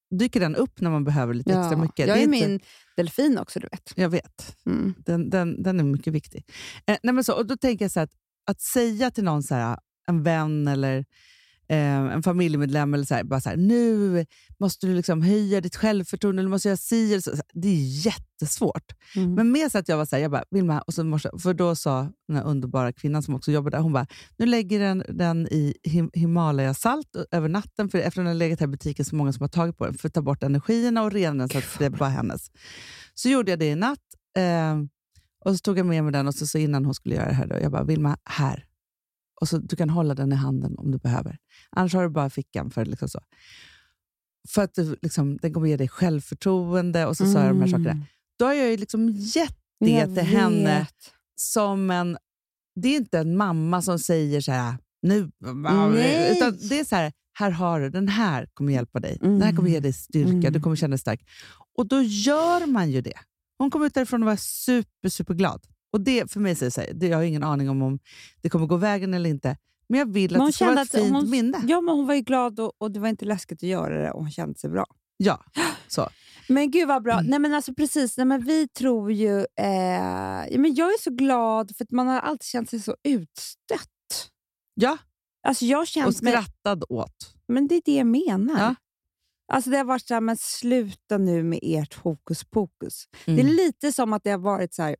dyker den upp när man behöver lite extra mycket. Jag det är inte... min delfin också, du vet. Jag vet. Mm. Den är mycket viktig. Nej, men så, och då tänker jag så här att säga till någon så här, en vän eller en familjemedlem eller så här, bara så här, nu måste du liksom höja ditt självförtroende eller måste jag säga så. Det är jättesvårt. Men med så att jag var så här, jag bara, Vilma, och så morse, för då sa den här underbara kvinnan som också jobbar där, hon bara, nu lägger den i Himalaya-salt över natten, för efter den har legat här i butiken så många som har tagit på den för att ta bort energierna och rena den så att det är bara hennes. Så gjorde jag det i natt och så tog jag med mig den och så innan hon skulle göra det här då, jag bara, Vilma, här. Och så du kan hålla den i handen om du behöver. Annars har du bara fickan för liksom så. För att liksom, den kommer ge dig självförtroende och så sa jag de här sakerna. Då har jag ju liksom gett det till henne som en... Det är inte en mamma som säger så här nu, utan det är så här har du, den här kommer hjälpa dig. Den här kommer ge dig styrka, du kommer känna dig stark. Och då gör man ju det. Hon kommer ut därifrån och var superglad. Och det för mig säger så här, jag har ingen aning om det kommer gå vägen eller inte. Men jag vill att det ska vara ett fint minne. Ja, men hon var ju glad och det var inte läskigt att göra det och hon kände sig bra. Ja, så. Men gud vad bra. Nej men alltså precis, nej, men vi tror ju... men jag är så glad för att man har alltid känt sig så utstött. Ja, alltså jag känt och skrattad åt. Men det är det jag menar. Ja. Alltså det har varit så här, men sluta nu med ert hokus pokus. Det är lite som att det har varit så här...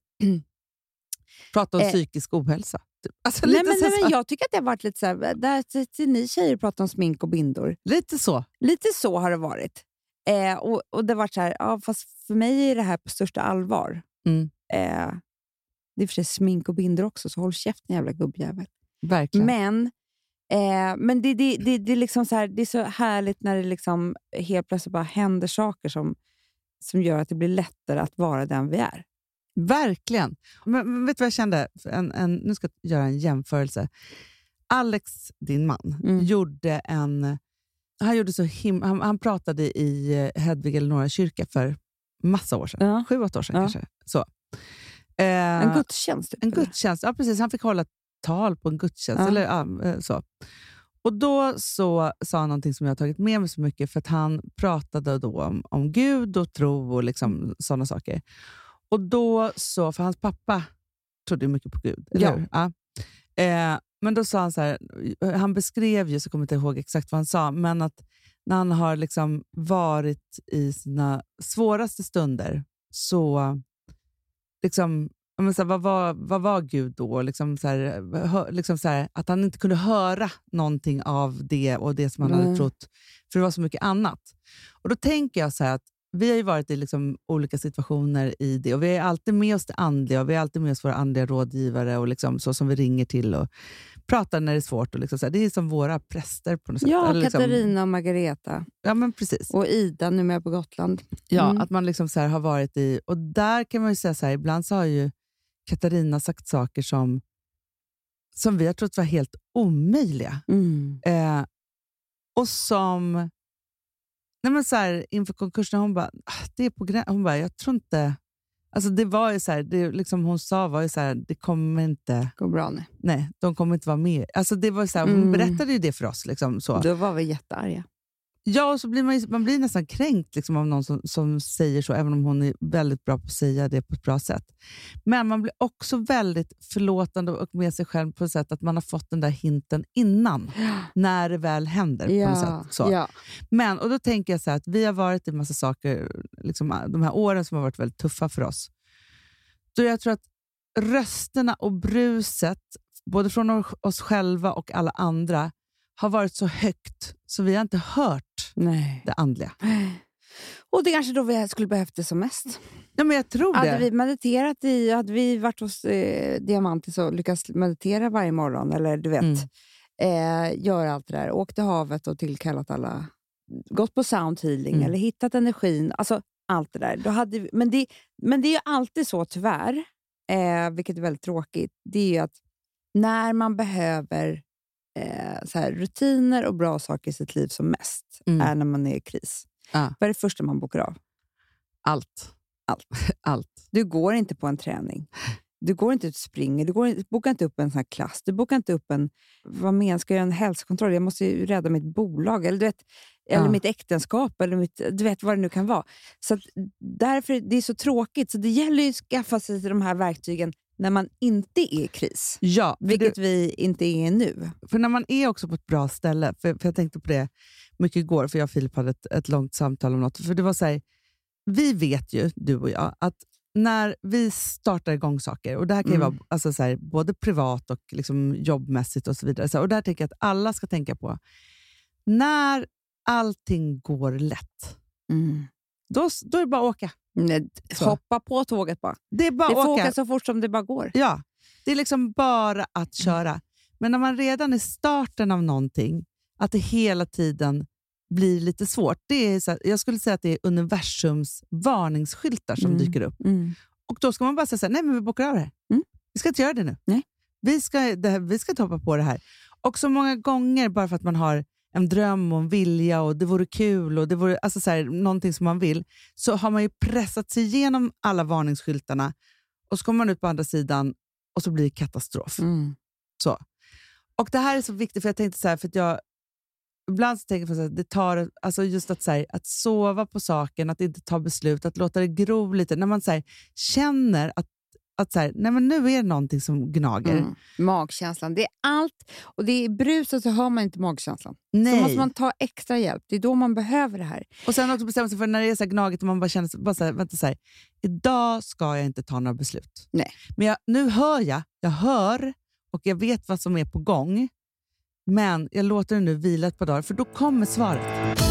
Prata om psykisk ohälsa. Alltså, nej, men jag tycker att det har varit lite så här, där ni tjejer pratar om smink och bindor. Lite så. Lite så har det varit. Och det har varit så här, ja, fast för mig är det här på största allvar. Det är för sig smink och bindor också, så håll käften jävla gubbjävel. Verkligen. Men det är liksom så här, det är så härligt när det liksom helt plötsligt bara händer saker som gör att det blir lättare att vara den vi är. Verkligen. Men vet du vad jag kände? Nu ska jag göra en jämförelse. Alex, din man, gjorde han pratade i Hedvig Eleonora kyrka för massa år sedan. 7-8 år sedan kanske. Så. En gudstjänst. En gudstjänst, ja precis. Han fick hålla tal på en gudstjänst. Eller, så. Och då så sa han någonting som jag har tagit med mig så mycket, för att han pratade då om Gud och tro och liksom sådana saker. Och då så, för hans pappa trodde mycket på Gud, eller hur? Ja. Men då sa han så här, han beskrev ju, så kommer jag inte ihåg exakt vad han sa, men att när han har liksom varit i sina svåraste stunder så liksom, så här, vad var Gud då? Liksom så här, att han inte kunde höra någonting av det och det som han hade trott, för det var så mycket annat. Och då tänker jag så här att vi har ju varit i liksom olika situationer i det, och vi är alltid med oss det andliga, och vi är alltid med oss våra andliga rådgivare och liksom så som vi ringer till och pratar när det är svårt. Och liksom så här, det är som våra präster på något sätt. Ja, eller liksom, Katarina och Margareta. Ja, men precis. Och Ida, nu med på Gotland. Ja, att man liksom så här har varit i, och där kan man ju säga så här, ibland så har ju Katarina sagt saker som vi har trott var helt omöjliga. Och som... Nej, men så här, inför konkursen, hon bara, det är på gränsen. Hon bara, jag tror inte... Alltså det var ju så här, det liksom hon sa var ju så här, det kommer inte... Går bra nu. Nej, de kommer inte vara med. Alltså det var så här, hon berättade ju det för oss. Liksom, så. Då var vi jättearga. Ja, och så blir man blir nästan kränkt liksom, av någon som säger så, även om hon är väldigt bra på att säga det på ett bra sätt. Men man blir också väldigt förlåtande och med sig själv på ett sätt att man har fått den där hinten innan, när det väl händer. På något sätt. Så. Ja. Men, och då tänker jag så här, att vi har varit i massa saker, liksom, de här åren som har varit väldigt tuffa för oss. Då jag tror att rösterna och bruset, både från oss själva och alla andra, har varit så högt så vi har inte hört det andliga. Och det är kanske då vi skulle behövt det som mest. Ja, men jag tror det. Hade vi mediterat hade vi varit hos Diamantis och lyckats meditera varje morgon, eller du vet, göra allt det där, åkt till havet och tillkallat alla, gått på sound healing eller hittat energin, alltså allt det där. Då hade vi, men det är ju alltid så tyvärr, vilket är väldigt tråkigt, det är ju att när man behöver så här, rutiner och bra saker i sitt liv som mest är när man är i kris. Vad är det första man bokar av? Allt. Du går inte på en träning. Du går inte ut och springer. Du bokar inte upp en sån här klass. Du bokar inte upp en... Vad menar, ska jag göra en hälsokontroll? Jag måste ju rädda mitt bolag. Eller du vet, eller mitt äktenskap eller du vet vad det nu kan vara. Så att därför det är så tråkigt. Så det gäller ju att skaffa sig de här verktygen när man inte är i kris. Ja, vilket vi inte är nu. För när man är också på ett bra ställe, för jag tänkte på det mycket igår, för jag och Filip hade ett långt samtal om något. För det var så här, vi vet ju, du och jag, att när vi startar igång saker, och det här kan ju vara alltså så här, både privat och liksom jobbmässigt och så vidare. Så, och där tänker jag att alla ska tänka på, när allting går lätt, då är det bara att åka. Hoppa på tåget bara. Det är bara att får åka åka så fort som det bara går. Ja, det är liksom bara att köra. Men när man redan är starten av någonting, att det hela tiden blir lite svårt. Det är så här, jag skulle säga att det är universums varningsskyltar som dyker upp. Och då ska man bara säga, nej men vi bokar av det här. Vi ska inte göra det nu. Nej. Vi ska inte hoppa på det här. Och så många gånger, bara för att man har en dröm och en vilja och det vore kul och det vore alltså så här, någonting som man vill, så har man ju pressat sig igenom alla varningsskyltarna och så kommer man ut på andra sidan och så blir det katastrof. Så. Och det här är så viktigt, för jag tänkte så här, för att jag ibland så tänker jag att det tar, alltså just att, så här, att sova på saken, att inte ta beslut, att låta det gro lite. När man så här, känner att så här, nej men nu är det någonting som gnager. Magkänslan, det är allt. Och det är bruset så har man inte magkänslan. Nej. Så måste man ta extra hjälp. Det är då man behöver det här. Och sen också bestämma sig för när det är så här gnaget och man bara känner bara så här, vänta så här, idag ska jag inte ta några beslut. Nej. Men nu hör jag hör och jag vet vad som är på gång. Men jag låter det nu vila ett par dagar, för då kommer svaret.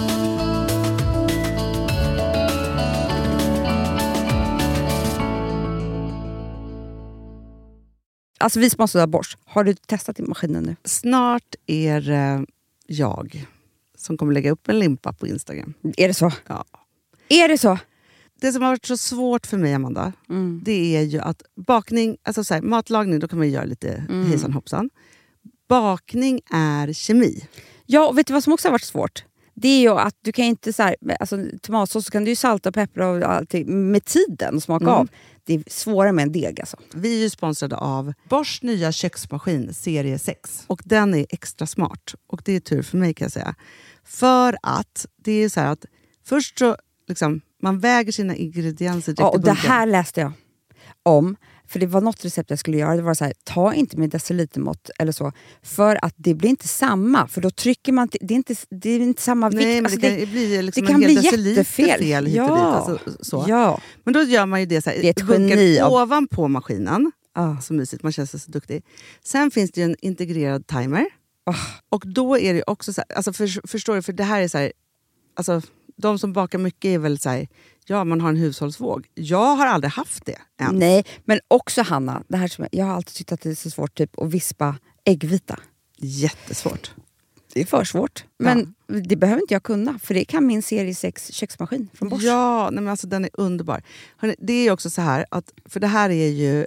Alltså vi sponsrar Bosch. Har du testat i maskinen nu? Snart är jag som kommer lägga upp en limpa på Instagram. Är det så? Ja. Är det så? Det som har varit så svårt för mig, Amanda, det är ju att bakning, alltså så här, matlagning, då kan man ju göra lite hejsan hoppsan. Bakning är kemi. Ja, och vet du vad som också har varit svårt? Det är ju att du kan inte så här, alltså tomatsås så kan du ju salta och peppra och allting med tiden och smaka av. Det är svårare med en deg alltså. Vi är ju sponsrade av Bosch nya köksmaskin serie 6. Och den är extra smart. Och det är tur för mig, kan jag säga. För att det är så här att först så liksom, man väger sina ingredienser direkt i och bunken. det här läste jag om. För det var något recept jag skulle göra. Det var så här, ta inte med decilitermått eller så. För att det blir inte samma. För då trycker man... Det är inte samma vikt. Nej, men alltså det kan bli liksom det kan en hel bli deciliter jättefel. fel hit och dit. Alltså, så. Ja. Men då gör man ju det så här. Det är ett geni ovanpå maskinen. Så mysigt, man känns så duktig. Sen finns det ju en integrerad timer. Och då är det också så här, alltså förstår du, för det här är så här, alltså de som bakar mycket är väl så här, ja, man har en hushållsvåg. Jag har aldrig haft det än. Nej, men också Hanna, det här som jag har alltid tyckt att det är så svårt typ att vispa äggvita. Jättesvårt. Det är för svårt. Men det behöver inte jag kunna, för det kan min serie 6 köksmaskin från Bosch. Ja, nej men alltså den är underbar. Hörrni, det är också så här, att, för det här är ju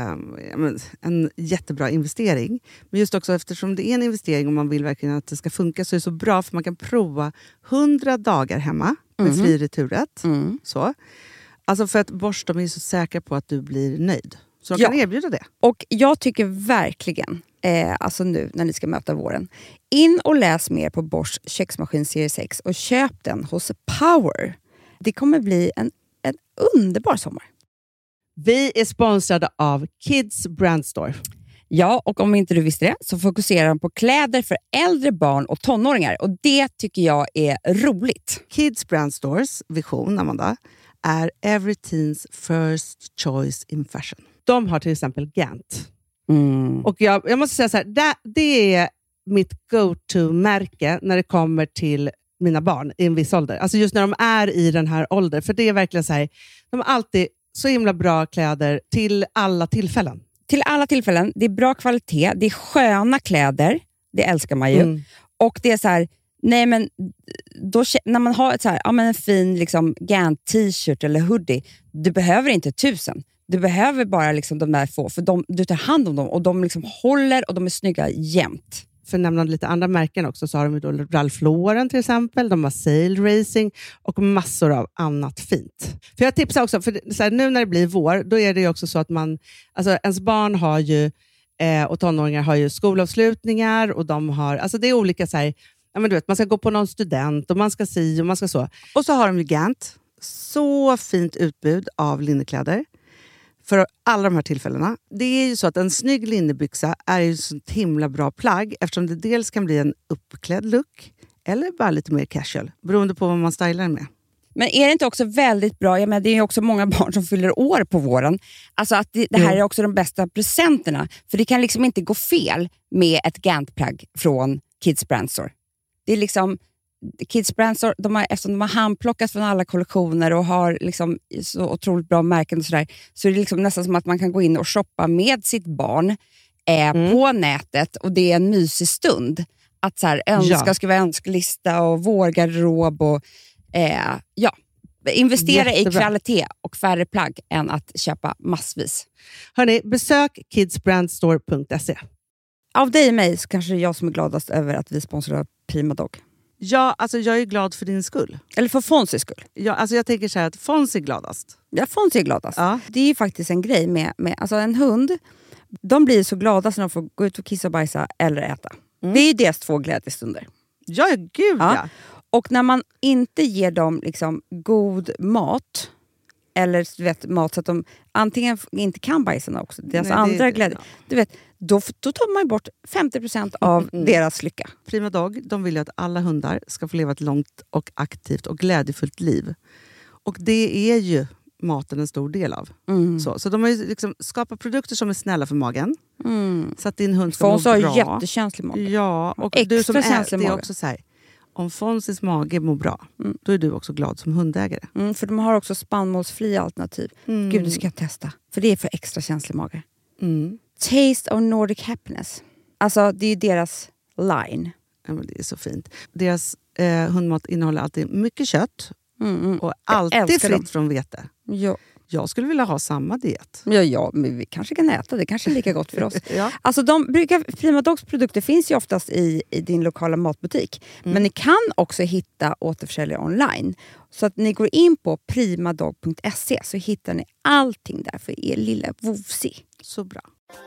en jättebra investering. Men just också eftersom det är en investering och man vill verkligen att det ska funka, så är det så bra, för man kan prova 100 dagar hemma med fri returrätt. Så. Alltså för att Bosch, de är så säkra på att du blir nöjd. Så de kan erbjuda det. Och jag tycker verkligen, alltså nu när ni ska möta våren, in och läs mer på Bosch köksmaskin serie 6 och köp den hos Power. Det kommer bli en underbar sommar. Vi är sponsrade av Kids Brand Store. Ja, och om inte du visste det så fokuserar de på kläder för äldre barn och tonåringar. Och det tycker jag är roligt. Kids Brand Stores vision, Amanda, är every teens first choice in fashion. De har till exempel Gant. Och jag måste säga så här, det är mitt go-to-märke när det kommer till mina barn i en viss ålder. Alltså just när de är i den här åldern. För det är verkligen så här, de har alltid så himla bra kläder till alla tillfällen. Till alla tillfällen. Det är bra kvalitet. Det är sköna kläder. Det älskar man ju. Och det är så här, nej men då, när man har ett så här, ja, men en fin liksom, Gant t-shirt eller hoodie, du behöver inte 1000. Du behöver bara liksom de där få, för du tar hand om dem och de liksom håller och de är snygga jämt. För att nämna lite andra märken också, så har de ju då Ralph Lauren till exempel, de har Sail Racing och massor av annat fint. För jag tipsar också, för så här, nu när det blir vår, då är det ju också så att man, alltså ens barn har ju och tonåringar har ju skolavslutningar och de har, alltså det är olika så här, men du vet, man ska gå på någon student och man ska si och man ska så. Och så har de ju Gant. Så fint utbud av linnekläder för alla de här tillfällena. Det är ju så att en snygg linnebyxa är ju så himla bra plagg eftersom det dels kan bli en uppklädd look eller bara lite mer casual, beroende på vad man stylar med. Men är det inte också väldigt bra, jag menar, det är ju också många barn som fyller år på våren, alltså att det här är också de bästa presenterna, för det kan liksom inte gå fel med ett Gant-plagg från Kids Brand Store. Det är liksom Kids Brand Store, eftersom de har handplockat från alla kollektioner och har liksom så otroligt bra märken och sådär, så är det liksom nästan som att man kan gå in och shoppa med sitt barn på nätet, och det är en mysig stund att så här, skriva önskelista och vårgarderob och investera i kvalitet och färre plagg än att köpa massvis. Hörrni, besök kidsbrandstore.se. Av dig och mig så kanske det är jag som är gladast över att vi sponsrar Prima Dog. Ja, alltså jag är glad för din skull. Eller för Fonzys skull. Ja, alltså jag tänker så här att Fonzie är gladast. Ja, Fonzie är gladast. Ja. Det är ju faktiskt en grej med alltså en hund. De blir så glada när de får gå ut och kissa och bajsa eller äta. Det är ju deras 2 glädjestunder. Ja, gud ja. Och när man inte ger dem liksom god mat, eller du vet, mat så att de antingen inte kan bajsa också, deras andra glädje, du vet, då tar man bort 50% av deras lycka. Prima Dog, de vill ju att alla hundar ska få leva ett långt och aktivt och glädjefullt liv. Och det är ju maten en stor del av. Så de har ju liksom skapat produkter som är snälla för magen. Så att din hund ska må bra. Fons har jättekänslig mage. Ja, och extra du som känslig det är mage. också så här, om Fonzies mage mår bra, då är du också glad som hundägare. För de har också spannmålsfria alternativ. Gud, det ska jag testa. För det är för extra känslig mage. Taste of Nordic Happiness. Alltså, det är ju deras line. Ja, men det är så fint. Deras hundmat innehåller alltid mycket kött. Och alltid fritt från vete. Ja. Jag skulle vilja ha samma diet. Ja, men vi kanske kan äta. Det kanske är lika gott för oss. Ja. Alltså Prima Dogs produkter finns ju oftast i din lokala matbutik. Men ni kan också hitta återförsäljare online. Så att ni går in på primadog.se så hittar ni allting där för er lilla vovsi. Så bra.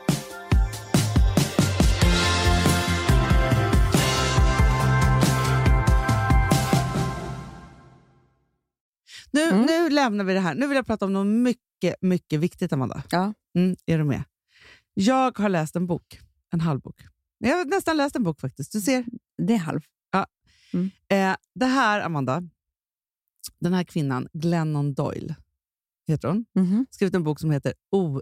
Nu lämnar vi det här. Nu vill jag prata om något mycket, mycket viktigt, Amanda. Ja. Är du med? Jag har läst en bok. En halvbok. Jag har nästan läst en bok faktiskt. Du ser. Det är halv. Ja. Det här, Amanda. Den här kvinnan, Glennon Doyle, heter hon. Skrivit en bok som heter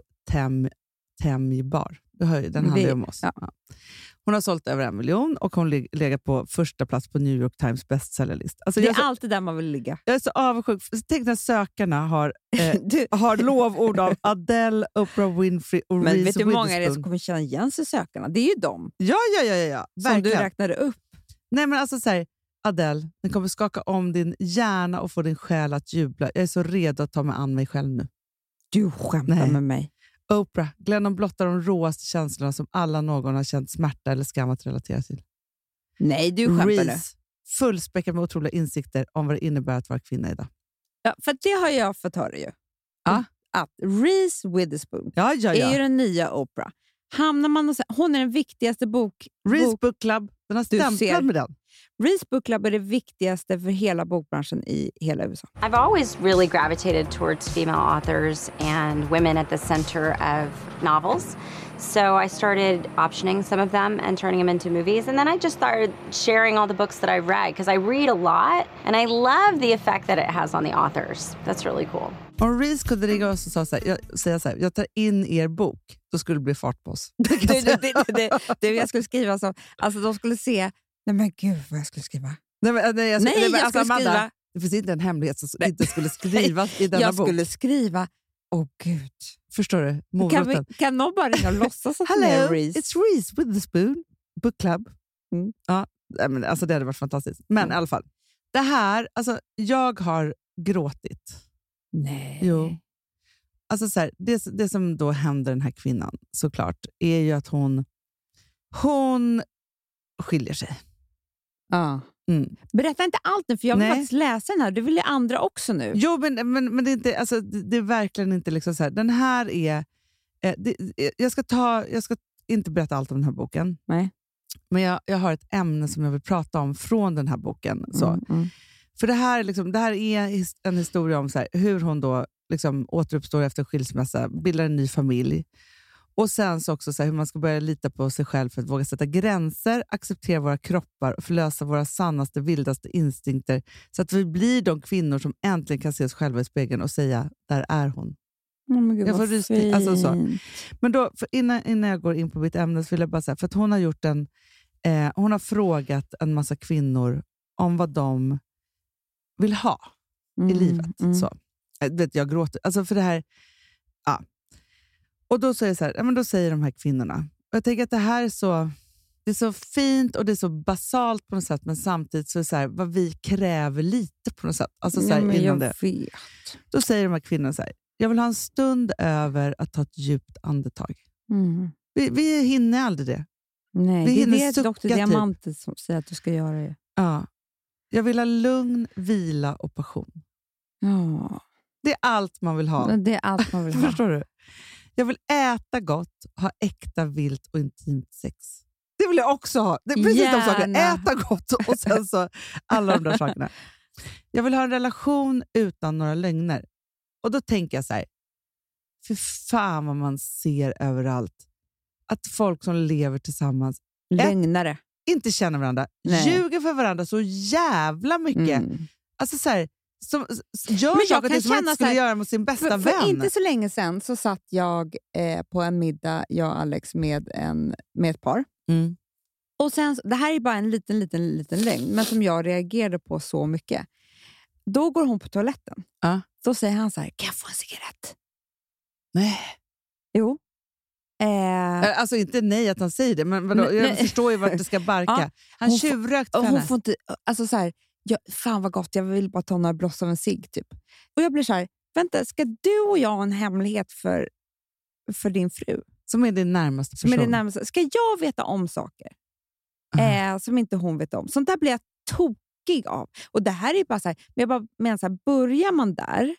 Otämjbar. Den handlar ju om oss. Ja. Ja. Hon har sålt över 1 miljon och hon ligger på första plats på New York Times bestsellerlist. Alltså, det är alltid där man vill ligga. Jag är så avundsjuk. Tänk när sökarna har lovord av Adele, Oprah Winfrey och Reese Witherspoon. Men vet du hur många är det som kommer känna igen sig sökarna? Det är ju dem. Ja. Som du räknade upp. Nej, men alltså så här, Adele, den kommer skaka om din hjärna och få din själ att jubla. Jag är så redo att ta mig an mig själv nu. Du skämtar med mig. Oprah, Glennon blottar de råaste känslorna som alla någon har känt smärta eller skam att relatera till. Nej, du skämtar nu. Reese, fullspäckad med otroliga insikter om vad det innebär att vara kvinna idag. Ja, för det har jag fått höra ju. Ja. Att Reese Witherspoon är ju den nya Oprah. Hamnar man hon är den viktigaste Reese Book Club, den har stämplat med den. Reese Book Club är det viktigaste för hela bokbranschen i hela USA. I've always really gravitated towards female authors and women at the center of novels. So I started optioning some of them and turning them into movies. And then I just started sharing all the books that I've read because I read a lot and I love the effect that it has on the authors. That's really cool. Om Reese kunde ringa oss och säga så här, jag tar in er bok, då skulle det bli fart på oss. Det jag skulle skriva så. Alltså de skulle se, nej men gud vad jag skulle skriva. Jag skulle skriva. Det finns inte en hemlighet som inte skulle skrivas i denna bok. Jag skulle skriva, gud. Förstår du? Moroten. Kan någon bara ringa och låtsas att Hello, det är Reese? it's Reese Witherspoon Book Club. Ja, men, alltså det hade varit fantastiskt. Men i alla fall, det här, alltså jag har gråtit. Nej. Jo. Alltså så här, det som då händer den här kvinnan såklart är ju att hon skiljer sig. Ja. Berätta inte allt nu, för jag vill faktiskt läsa den här. Det vill ju andra också nu. Jo, men det är inte, alltså det är verkligen inte liksom så här. Den här är jag ska inte berätta allt om den här boken. Nej. Men jag har ett ämne som jag vill prata om från den här boken. Så. För det här, liksom, det här är en historia om så här, hur hon då liksom återuppstår efter skilsmässa, bildar en ny familj. Och sen så också så här, hur man ska börja lita på sig själv för att våga sätta gränser, acceptera våra kroppar och förlösa våra sannaste, vildaste instinkter. Så att vi blir de kvinnor som äntligen kan se oss själva i spegeln och säga, där är hon. Jag får rysning. Alltså så. Men då, innan jag går in på mitt ämne så vill jag bara säga, för att hon har gjort hon har frågat en massa kvinnor om vad de vill ha i livet. Så. Jag gråter. Alltså för det här, ja. Och då säger så här, ja, men då säger de här kvinnorna. Och jag tänker att det här är så fint och det är så basalt på något sätt, men samtidigt så är det så här, vad vi kräver lite på något sätt. Alltså så här, men jag det. vet. Då säger de här kvinnorna så här, jag vill ha en stund över att ta ett djupt andetag. Vi hinner aldrig det. Nej, vi det är sucka, Dr. Diamante som säger att du ska göra det. Ja. Jag vill ha lugn, vila och passion. Ja. Det är allt man vill ha. Det är allt man vill ha. Förstår du? Jag vill äta gott, ha äkta, vilt och intimt sex. Det vill jag också ha. Det är precis de sakerna. Äta gott och sen så alla de där sakerna. Jag vill ha en relation utan några lögner. Och då tänker jag så här, för fan vad man ser överallt. Att folk som lever tillsammans lögnare. Inte känner varandra. Ljuger för varandra så jävla mycket. Alltså så här, gör saker det som man inte skulle göra mot sin bästa vän. För inte så länge sedan så satt jag på en middag, jag och Alex, med ett par. Och sen, det här är bara en liten lögn, men som jag reagerade på så mycket. Då går hon på toaletten. Då säger han så här, kan jag få en cigarett? Nej. Jo. Alltså inte nej att han säger det, men vadå? Jag förstår ju vart det ska barka. Han tjuvrökt för henne. Hon får inte, alltså så här, fan vad gott, jag vill bara ta några bloss av en cigg typ. Och jag blir så här, vänta, ska du och jag ha en hemlighet för din fru? Som är din närmaste person. Som är din närmaste. Ska jag veta om saker som inte hon vet om? Sånt där blir jag tokig av. Och det här är ju bara så här, men jag bara menar så här, börjar man där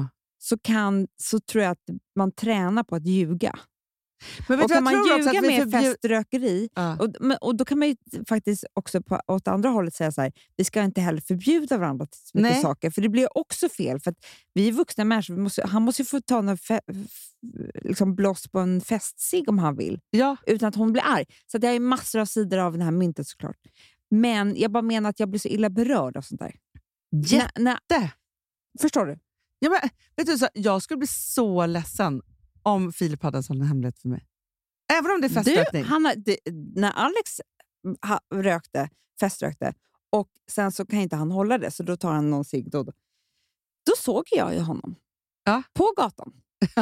så tror jag att man tränar på att ljuga. Men vet och kan man ljuga med feströkeri och då kan man ju faktiskt också åt andra hållet säga så här, vi ska inte heller förbjuda varandra till mycket saker, för det blir också fel, för att vi är vuxna människor, han måste ju få ta en liksom bloss på en festsig om han vill, utan att hon blir arg. Så det är massor av sidor av den här myntet såklart, men jag bara menar att jag blir så illa berörd av sånt där. Förstår du? Ja, men, vet du, så, jag skulle bli så ledsen om Filip hade en sån hemlighet för mig. Även om det är feströkning. När Alex feströkte och sen så kan inte han hålla det, så då tar han någon cigg då såg jag ju honom. På gatan.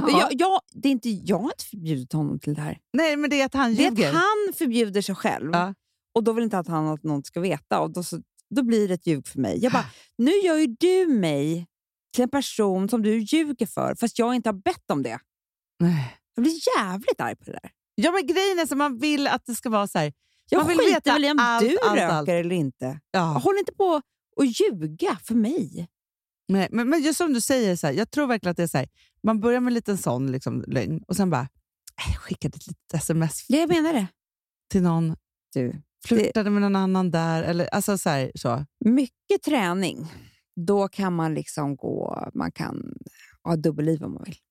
Det är inte, jag har inte förbjudit honom till det här. Nej, men det är att han ljuger. Det är att han förbjuder sig själv. Och då vill inte att någon ska veta. Och då blir det ett ljug för mig. Jag bara, nu gör ju du mig till en person som du ljuger för, fast jag inte har bett om det. Nej. Jag blir jävligt arg på det där. Ja, men grejen är så man vill att det ska vara så här. Jag vill skiter väl i om du röker eller inte. Håll inte på att ljuga för mig. Nej, men just som du säger, så här, jag tror verkligen att det är så här, man börjar med en liten sån liksom, lögn och sen bara skickade ett litet sms. Ja, jag menar det. Till någon. Flirtade med någon annan där. Eller, alltså så här, så. Mycket träning. Då kan man liksom man kan ha dubbelliv om man vill.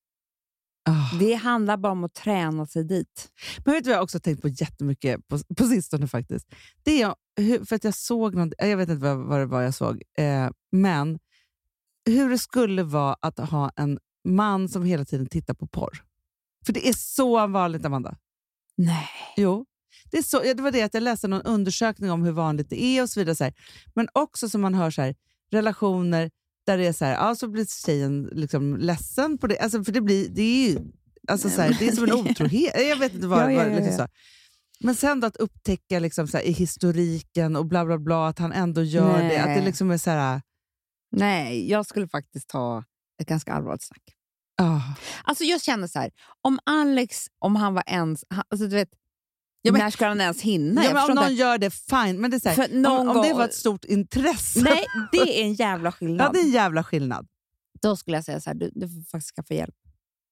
Det handlar bara om att träna sig dit. Men vet du vad jag också tänkt på jättemycket på sistone faktiskt? Det är för att jag såg något, jag vet inte vad det var jag såg, men hur det skulle vara att ha en man som hela tiden tittar på porr. För det är så vanligt, Amanda. Nej. Jo. Det var det att jag läste någon undersökning om hur vanligt det är och så vidare. Så här. Men också som man hör så här, relationer där det är så här, så blir tjejen liksom ledsen på det. Alltså, för det är ju alltså, så här, det är som en otrohet. Jag vet inte vad liksom så. Men sen då att upptäcka liksom, så här, i historiken och bla bla bla att han ändå gör det. Att det liksom är så här. Nej, jag skulle faktiskt ha ett ganska allvarligt snack. Alltså jag känner så här, om Alex, om han var alltså du vet, när ska han ens hinna? Ja, men om någon gör det, fine. Men det är så här, om det var ett stort intresse. Nej, det är en jävla skillnad. Ja, det är en jävla skillnad. Då skulle jag säga så här, du får faktiskt skaffa hjälp.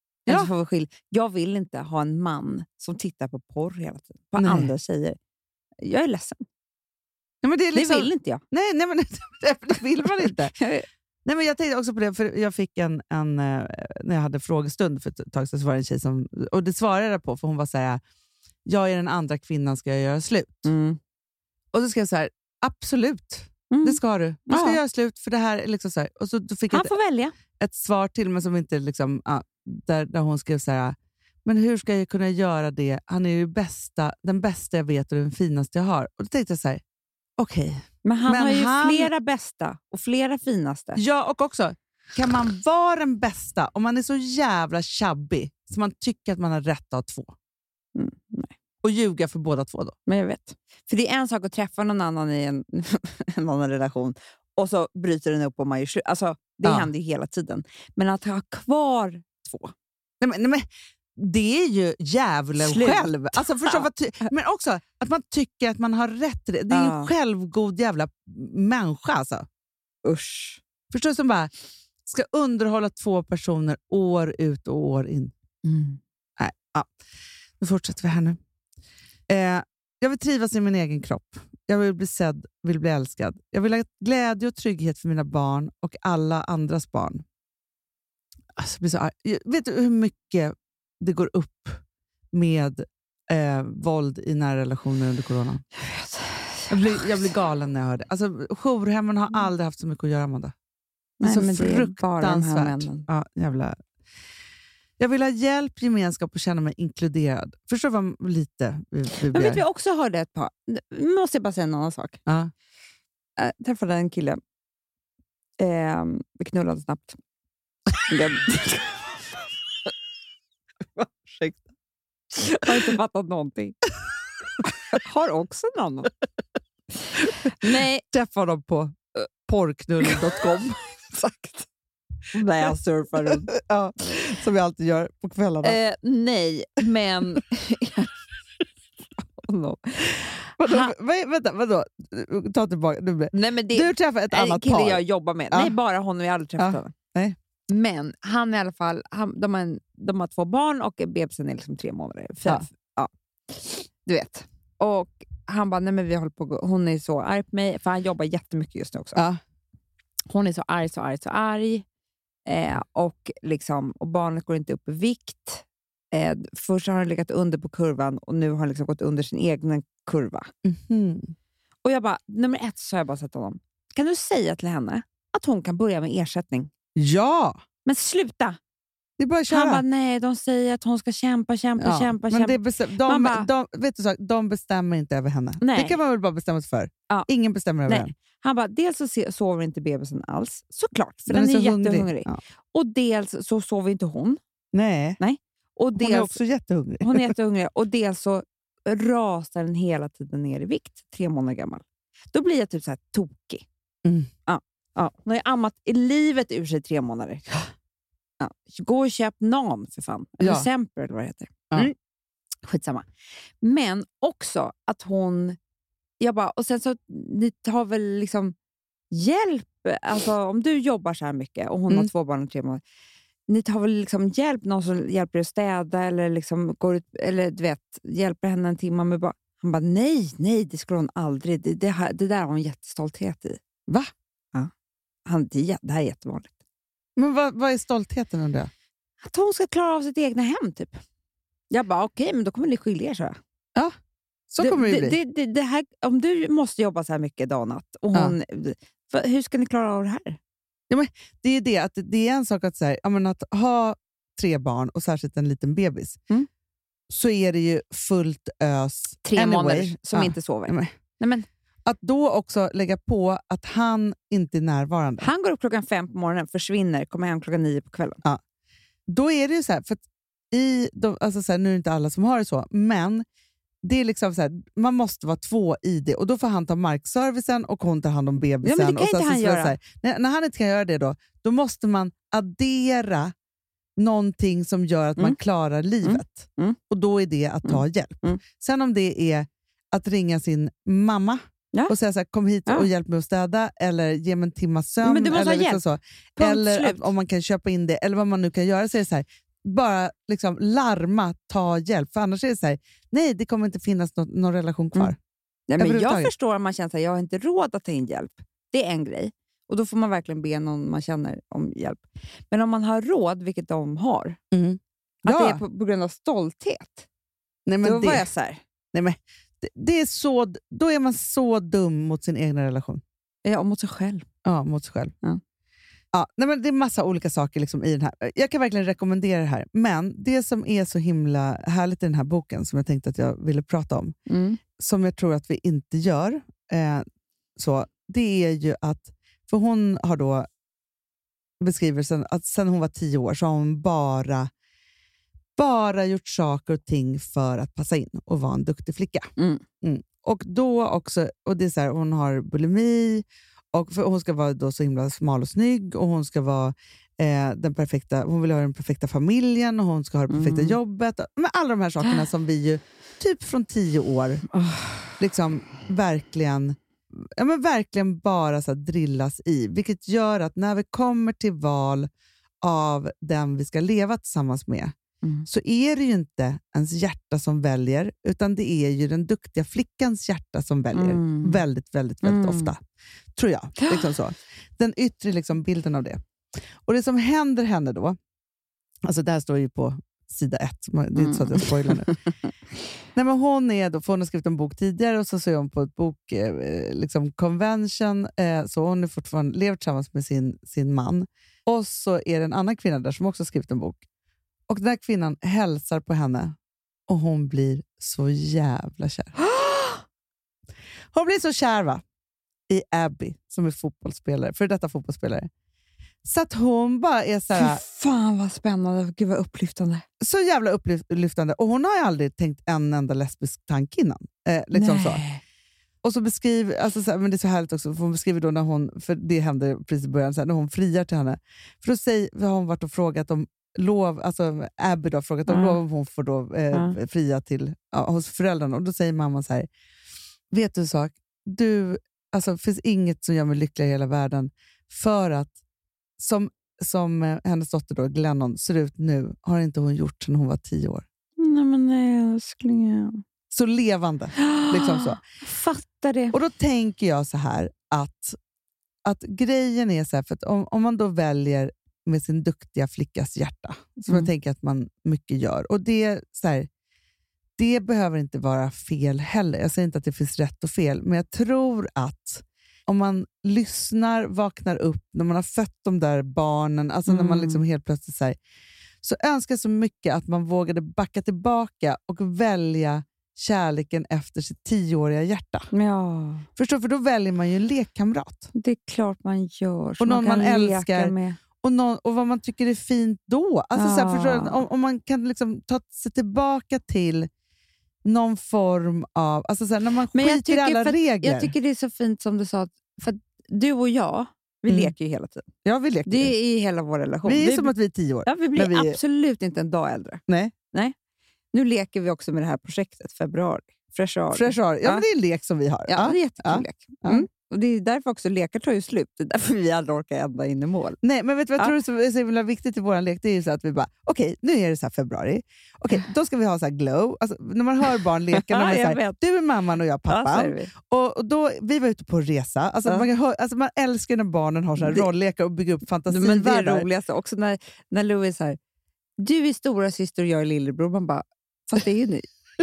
Jag vill inte ha en man som tittar på porr hela tiden. På andra tjejer. Jag är ledsen. Nej, men det vill inte jag. Nej, men det vill man inte. Nej, men jag tänkte också på det, för jag fick en när jag hade frågestund för ett tag sedan, så var det en tjej som, och det svarade jag på, för hon var så här: jag är den andra kvinnan, ska jag göra slut? Och då ska jag så här: absolut, det ska du. Du ska göra slut, för det här är liksom så här. Och så då fick han får välja. Ett svar till mig som inte liksom, där hon skrev så här: men hur ska jag kunna göra det? Han är ju den bästa jag vet och den finaste jag har. Och då tänkte jag så här: okej. Men han har ju flera bästa och flera finaste. Ja, och också, kan man vara den bästa om man är så jävla chubby så man tycker att man har rätt att ha två? Nej. Och ljuga för båda två då? Men jag vet. För det är en sak att träffa någon annan i en annan relation och så bryter den upp och man gör slut. Alltså, det händer ju hela tiden. Men att ha kvar två. Nej, men det är ju djävulen själv. Alltså, men också att man tycker att man har rätt till det. Det är ju en självgod jävla människa. Alltså. Usch. Förstår du, som bara ska underhålla två personer år ut och år in. Nej, nu fortsätter vi här nu. Jag vill trivas i min egen kropp. Jag vill bli sedd, vill bli älskad. Jag vill ha glädje och trygghet för mina barn och alla andras barn. Alltså, jag blir så arg. Vet du hur mycket det går upp med våld i nära relationer under corona? Jag blir galen när jag hör det. Alltså, jourhemmen har aldrig haft så mycket att göra, Amanda. Nej, så men det är bara de här fruktansvärt. männen. Ja, jävla. Jag vill ha hjälp, gemenskap och känna mig inkluderad. Förstår vad lite vi men vet vi också hörde ett par. Nu måste jag bara säga en annan sak. Ja. Jag träffade en kille. Vi knullade snabbt. Ursäkta. Jag har inte fattat någonting. Har också en annan. Nej. Träffa dem på porrknull.com. Exakt. Nej, jag surfar runt. Ja, som vi alltid gör på kvällarna. Nej, men... Vadå? Ta tillbaka. Nej, men du träffar ett annat kille par. Jag jobbar med. Nej, bara honom. Jag har aldrig träffat honom. Nej. Men han i alla fall, de har 2 barn och bebisen är liksom 3 månader. Ja. Du vet. Och han bara, nej men vi håller på. Hon är så arg på mig, för han jobbar jättemycket just nu också. Ja. Hon är så arg. Och barnet går inte upp i vikt. Först har han legat under på kurvan och nu har han liksom gått under sin egen kurva. Och jag bara, nummer 1 så har jag bara sett honom. Kan du säga till henne att hon kan börja med ersättning? Ja! Men sluta! Det är bara att köra. Han bara, nej, de säger att hon ska kämpa. Men de bestämmer inte över henne. Nej. Det kan man väl bara bestämma sig för. Ja. Ingen bestämmer över henne. Han bara, dels så sover inte bebisen alls. Såklart, för den är jättehungrig. Ja. Och dels så sover inte hon. Nej. Och dels, hon är också jättehungrig. Hon är jättehungrig. Och dels så rasar den hela tiden ner i vikt. 3 månader gammal. Då blir jag typ så här tokig. Ja. Hon har ju ammat i livet ur sig 3 månader. Ja. Gå och köp NAN för fan. Eller Semper eller vad det heter. Skitsamma. Men också att hon... Jag bara, och sen så ni tar väl liksom hjälp. Alltså om du jobbar så här mycket och hon har 2 barn och 3 månader. Ni tar väl liksom hjälp. Någon som hjälper er att städa eller liksom går ut, eller du vet, hjälper henne en timme med barn. Han bara, nej, det skulle hon aldrig. Det där har hon jättestolthet i. Va? Ja. Det här är jättevanligt. Men vad är stoltheten under det? Att hon ska klara av sitt egna hem typ. Jag bara, okej, men då kommer ni skilja er, så. Ja, så kommer det bli. Det här, om du måste jobba så här mycket dag och natt och hon, hur ska ni klara av det här? Ja, men det är det, att det är en sak att, så här, att ha 3 barn och särskilt en liten bebis. Så är det ju fullt ös 3 månader som inte sover. Nej, men. Att då också lägga på att han inte är närvarande. Han går upp 5:00 på morgonen, försvinner, kommer hem 9:00 på kvällen. Ja. Då är det ju så här, för att nu är det inte alla som har det så, men det är liksom så här, man måste vara 2 i det, och då får han ta markservicen och hon tar hand om bebisen. Ja, men det kan och inte han göra. Så här, när han inte kan göra det då måste man addera någonting som gör att man klarar livet. Och då är det att ta hjälp. Sen om det är att ringa sin mamma och säga så här, kom hit och hjälp mig att städa, eller ge mig en timmas sömn, men du måste eller ha liksom hjälp. så. Eller om man kan köpa in det, eller vad man nu kan göra, så är det så här, bara liksom larma, ta hjälp, för annars är det så här, nej, det kommer inte finnas någon relation kvar. Nej, men jag förstår om man känner att jag har inte råd att ta in hjälp. Det är en grej. Och då får man verkligen be någon man känner om hjälp. Men om man har råd, vilket de har, att det är på grund av stolthet. Nej, men då var jag så här. Nej, men det är så, då är man så dum mot sin egen relation. Ja, mot sig själv. Ja, mot sig själv. Ja. Ja, nej, men det är massa olika saker liksom i den här. Jag kan verkligen rekommendera det här. Men det som är så himla härligt i den här boken, som jag tänkte att jag ville prata om, som jag tror att vi inte gör, det är ju att, för hon har då beskrivelsen att sen hon var 10 år så har hon bara gjort saker och ting för att passa in och vara en duktig flicka. Och då också, och det är så här, hon har bulimi, och för hon ska vara då så himla smal och snygg, och hon ska vara den perfekta, hon vill ha den perfekta familjen, och hon ska ha det perfekta jobbet. Men alla de här sakerna som vi ju typ från 10 år liksom verkligen bara så här drillas i, vilket gör att när vi kommer till val av den vi ska leva tillsammans med, så är det ju inte ens hjärta som väljer, utan det är ju den duktiga flickans hjärta som väljer. Väldigt, väldigt, väldigt ofta. Tror jag. Liksom så. Den yttre liksom bilden av det. Och det som händer henne då, alltså det här står ju på sida 1, det är inte så att jag spoilar nu. Nej, men hon har skrivit en bok tidigare, och så är hon på ett bok liksom convention, så hon är fortfarande lever tillsammans med sin man. Och så är det en annan kvinna där som också har skrivit en bok. Och den här kvinnan hälsar på henne, och hon blir så jävla kär. Hon blir så kär, va? I Abby, som är fotbollsspelare, för detta fotbollsspelare. Så att hon bara är så här... Fy fan vad spännande, gud vad upplyftande. Så jävla upplyftande. Och hon har ju aldrig tänkt en enda lesbisk tanke innan. Liksom så. Och så beskriver, alltså så här, men det är så härligt också, för hon beskriver då när hon, för det hände precis i början, så här, när hon friar till henne. För då har hon varit och frågat om lov, alltså Abby då har frågat om lov, om hon får då fria till hos föräldrarna. Och då säger mamman så här: vet du en sak? Alltså finns inget som gör mig lyckligare i hela världen, för att som hennes dotter då, Glennon, ser ut nu, har inte hon gjort sedan hon var 10 år. Nej men älsklingen. Så levande. Liksom så. Fattar det. Och då tänker jag så här att grejen är så här, för att om man då väljer med sin duktiga flickas hjärta, som jag tänker att man mycket gör, och det så här, det behöver inte vara fel heller. Jag säger inte att det finns rätt och fel, men jag tror att om man lyssnar, vaknar upp när man har fött de där barnen, alltså när man liksom helt plötsligt så önskar jag så mycket att man vågade backa tillbaka och välja kärleken efter sitt 10-åriga hjärta. Ja. Förstår, för då väljer man ju en lekkamrat. Det är klart man gör. Och någon man älskar med. Och vad man tycker är fint då. Alltså så här, förstår, om man kan liksom ta sig tillbaka till någon form av, alltså så här, när man skiter i alla regler. Jag tycker det är så fint som du sa, för att du och jag, vi leker ju hela tiden. Ja, vi leker. Det är i hela vår relation. Vi är som att vi är 10 år. Ja, vi blir absolut inte en dag äldre. Nej. Nu leker vi också med det här projektet, februari. Fresher. Ja, men det är en lek som vi har. Ja, det är jättekul lek. Och det är därför också lekar tar ju slut. Det är därför vi aldrig orkar ända in i mål. Nej, men vet du vad jag tror är så himla viktigt i vår lek? Det är ju så att vi bara, okej, nu är det så här februari. Okej, då ska vi ha så här glow. Alltså, när man hör barn leka, när man är så här, du är mamman och jag pappa. Och då, vi var ute på resa. Alltså, man älskar när barnen har så här rolllekar och bygger upp fantasivärldar. Men det är roligaste också när Louis är så här, du är stora syster och jag är lillebror. Man bara, fast det är ju ni.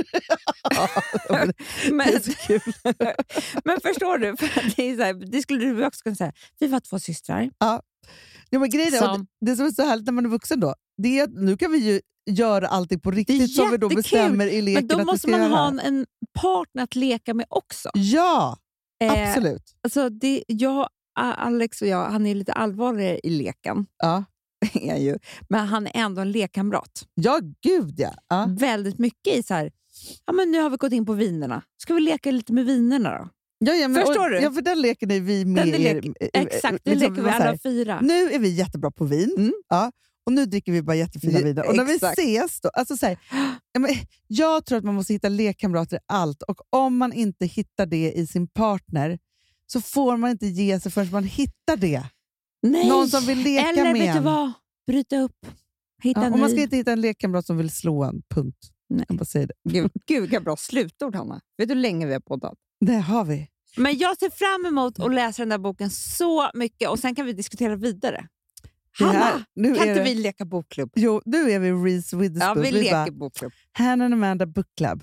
Men förstår du, för det är så här, det skulle du också kunna säga, vi var 2 systrar. Ja, men grejen det som är så härligt när man är vuxen då, det är att nu kan vi ju göra allting på riktigt som vi då bestämmer i leken. Men då måste man ha en partner att leka med också. Ja, absolut. Alltså Alex och jag, han är lite allvarligare i leken. Ja. Är ju, men han är ändå en lekkamrat. Ja, gud ja. Väldigt mycket i så här, ja men nu har vi gått in på vinerna. Ska vi leka lite med vinerna då? Ja, men, förstår du? Ja, för den leken är vi med. Exakt, det leker vi alla 4. Nu är vi jättebra på vin. Ja, och nu dricker vi bara jättefina viner. Och när vi ses då, alltså så här, jag tror att man måste hitta lekkamrater i allt. Och om man inte hittar det i sin partner, så får man inte ge sig förrän man hittar det. Nej. Någon som vill leka eller med. Eller vet du vad? Bryta upp. Hitta och man ska inte hitta en lekkamrat som vill slå en. Punkt. Nej. Jag bara säger det. Gud, vilka bra slutord, Hanna. Vet du hur länge vi har poddat? Det har vi. Men jag ser fram emot att läsa den där boken så mycket och sen kan vi diskutera vidare. Hanna, kan inte vi leka bokklubb? Jo, nu är vi Reese Witherspoon. Ja, vi leker bokklubb. Hannah and Amanda Book Club.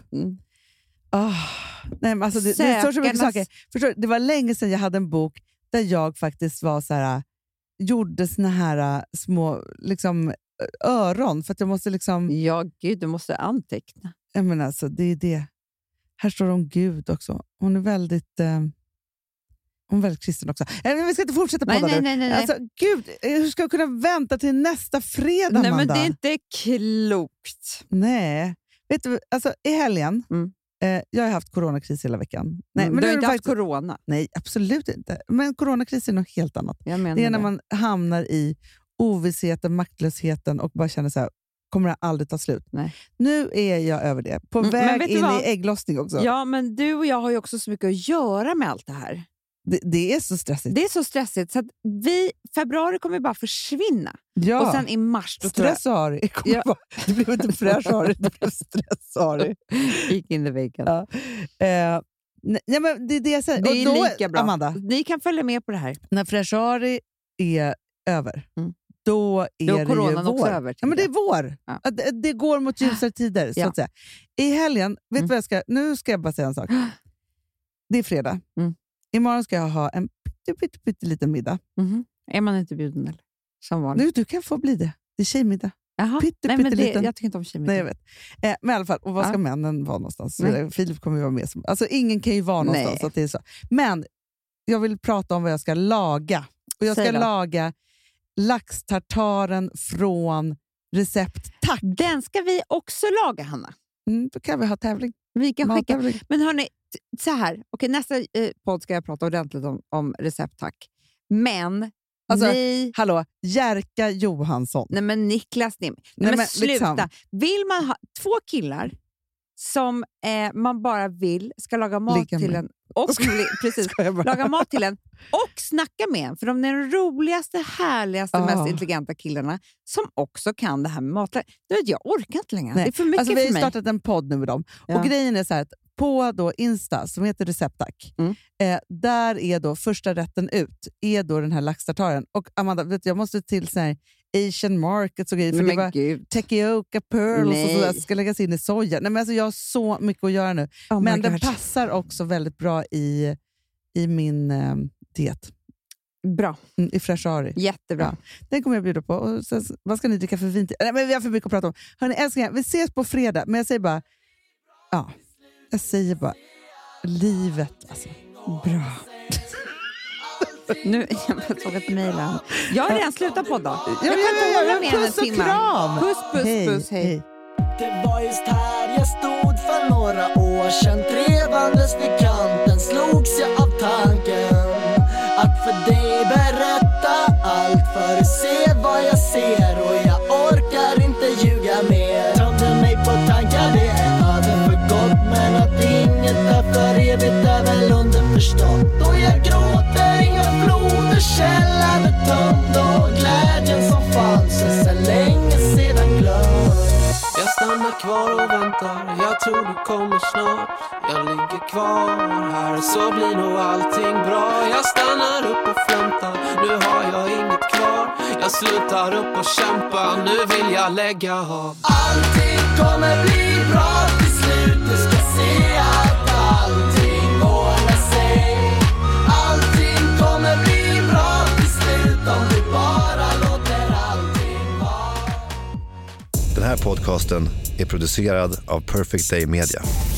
Nej, men alltså det står så mycket saker. Förstår, det var länge sedan jag hade en bok där jag faktiskt var så här, gjorde såna här små liksom, öron för att jag måste liksom... Ja, gud, du måste anteckna. Jag menar, alltså, det är det. Här står om Gud också. Hon är väldigt... Hon är väldigt kristen också. Vi ska inte fortsätta på det. Nej. Alltså, Gud, hur ska jag kunna vänta till nästa fredag, Amanda? Nej, men det är inte klokt. Nej. Vet du, alltså i helgen... jag har haft coronakris hela veckan. Nej, men du har inte haft corona? Nej, absolut inte. Men coronakris är något helt annat. Det är när man hamnar i ovissheten, maktlösheten och bara känner så här, kommer det aldrig ta slut. Nej. Nu är jag över det. På väg in i ägglossning också. Ja, men du och jag har ju också så mycket att göra med allt det här. Det är så stressigt. Det är så stressigt så att februari kommer bara försvinna. Ja. Och sen i mars... Stressari. Det blev inte fräschari, det blev stressari. Gick in the vacant. Ja. Nej, men det är det jag säger. Det är och då, lika bra. Amanda, ni kan följa med på det här. när fräschari är över, då är det ju vår. Också över, ja, men det är vår. Ja. Det går mot ljusare tider, så att säga. I helgen, vet du vad nu ska jag bara säga en sak. Det är fredag. Imorgon ska jag ha en pytteliten middag. Är man inte bjuden eller? Som vanligt. Du kan få bli det. Det är tjejmiddag. Pytteliten. Jag tycker inte om tjejmiddag. Nej, jag vet. Men i alla fall, och vad ska männen vara någonstans? Filip kommer ju vara med. Alltså ingen kan ju vara någonstans. Så att det är så. Men jag vill prata om vad jag ska laga. Och jag ska laga laxtartaren från Recept Tack. Den ska vi också laga, Hanna. Då kan vi ha tävling. Vi kan skicka. Men hörni, så här. Okej, nästa podd ska jag prata ordentligt om Recept Tack. Men hallå, Jerka Johansson. Nej, men Niklas Nim. Nej, men sluta. Liksom. Vill man ha 2 killar som man bara vill ska laga mat till en och precis, laga mat till en och snacka med en, för de är de roligaste, härligaste, mest intelligenta killarna som också kan det här med mat. Jag orkar inte längre. Nej. Det är för mycket för mig. Vi har startat en podd nu med dem. Och grejen är så här att på då Insta, som heter Recept Tack, där är då första rätten ut, är då den här laxtartaren. Och Amanda, vet du, jag måste till så här Asian markets och grejer, för det var Tekioka pearls och sådär ska läggas in i soja. Nej, men alltså jag har så mycket att göra nu. Men den passar också väldigt bra i min diet. Bra. I fräschari. Jättebra. Ja. Den kommer jag bjuda på. Och sen, vad ska ni dricka för vin till? Nej, men vi har för mycket att prata om. Hörrni, älsklingar, vi ses på fredag. Men jag säger bara... livet, alltså. Bra. Nu jag såg ett mejl. Jag har redan slutat på då. Jag kan inte hålla med en timme. Kram. Puss, hej. Det var just här jag stod för några år sedan. Trevandes vid kanten slogs jag av tanken att för dig berätta allt, för att se vad jag ser, och jag orkar inte ljuga mer. Tömde mig på tankar, det är över för gott, men att inget är för evigt är väl underförstått. Och jag gråter inga floder, källan är tömd, och glädjen som fanns är så länge sedan glömd. Jag stannar kvar och väntar, jag tror du kommer snart. Jag ligger kvar här, så blir nog allting bra. Jag stannar upp och flämtar, nu har jag inget kvar. Jag slutar upp och kämpa, nu vill jag lägga av. Allting kommer bli bra till slut, du ska se att allting ordnar sig. Allting kommer bli bra till slut om du bara låter allting vara. Den här podcasten är producerad av Perfect Day Media.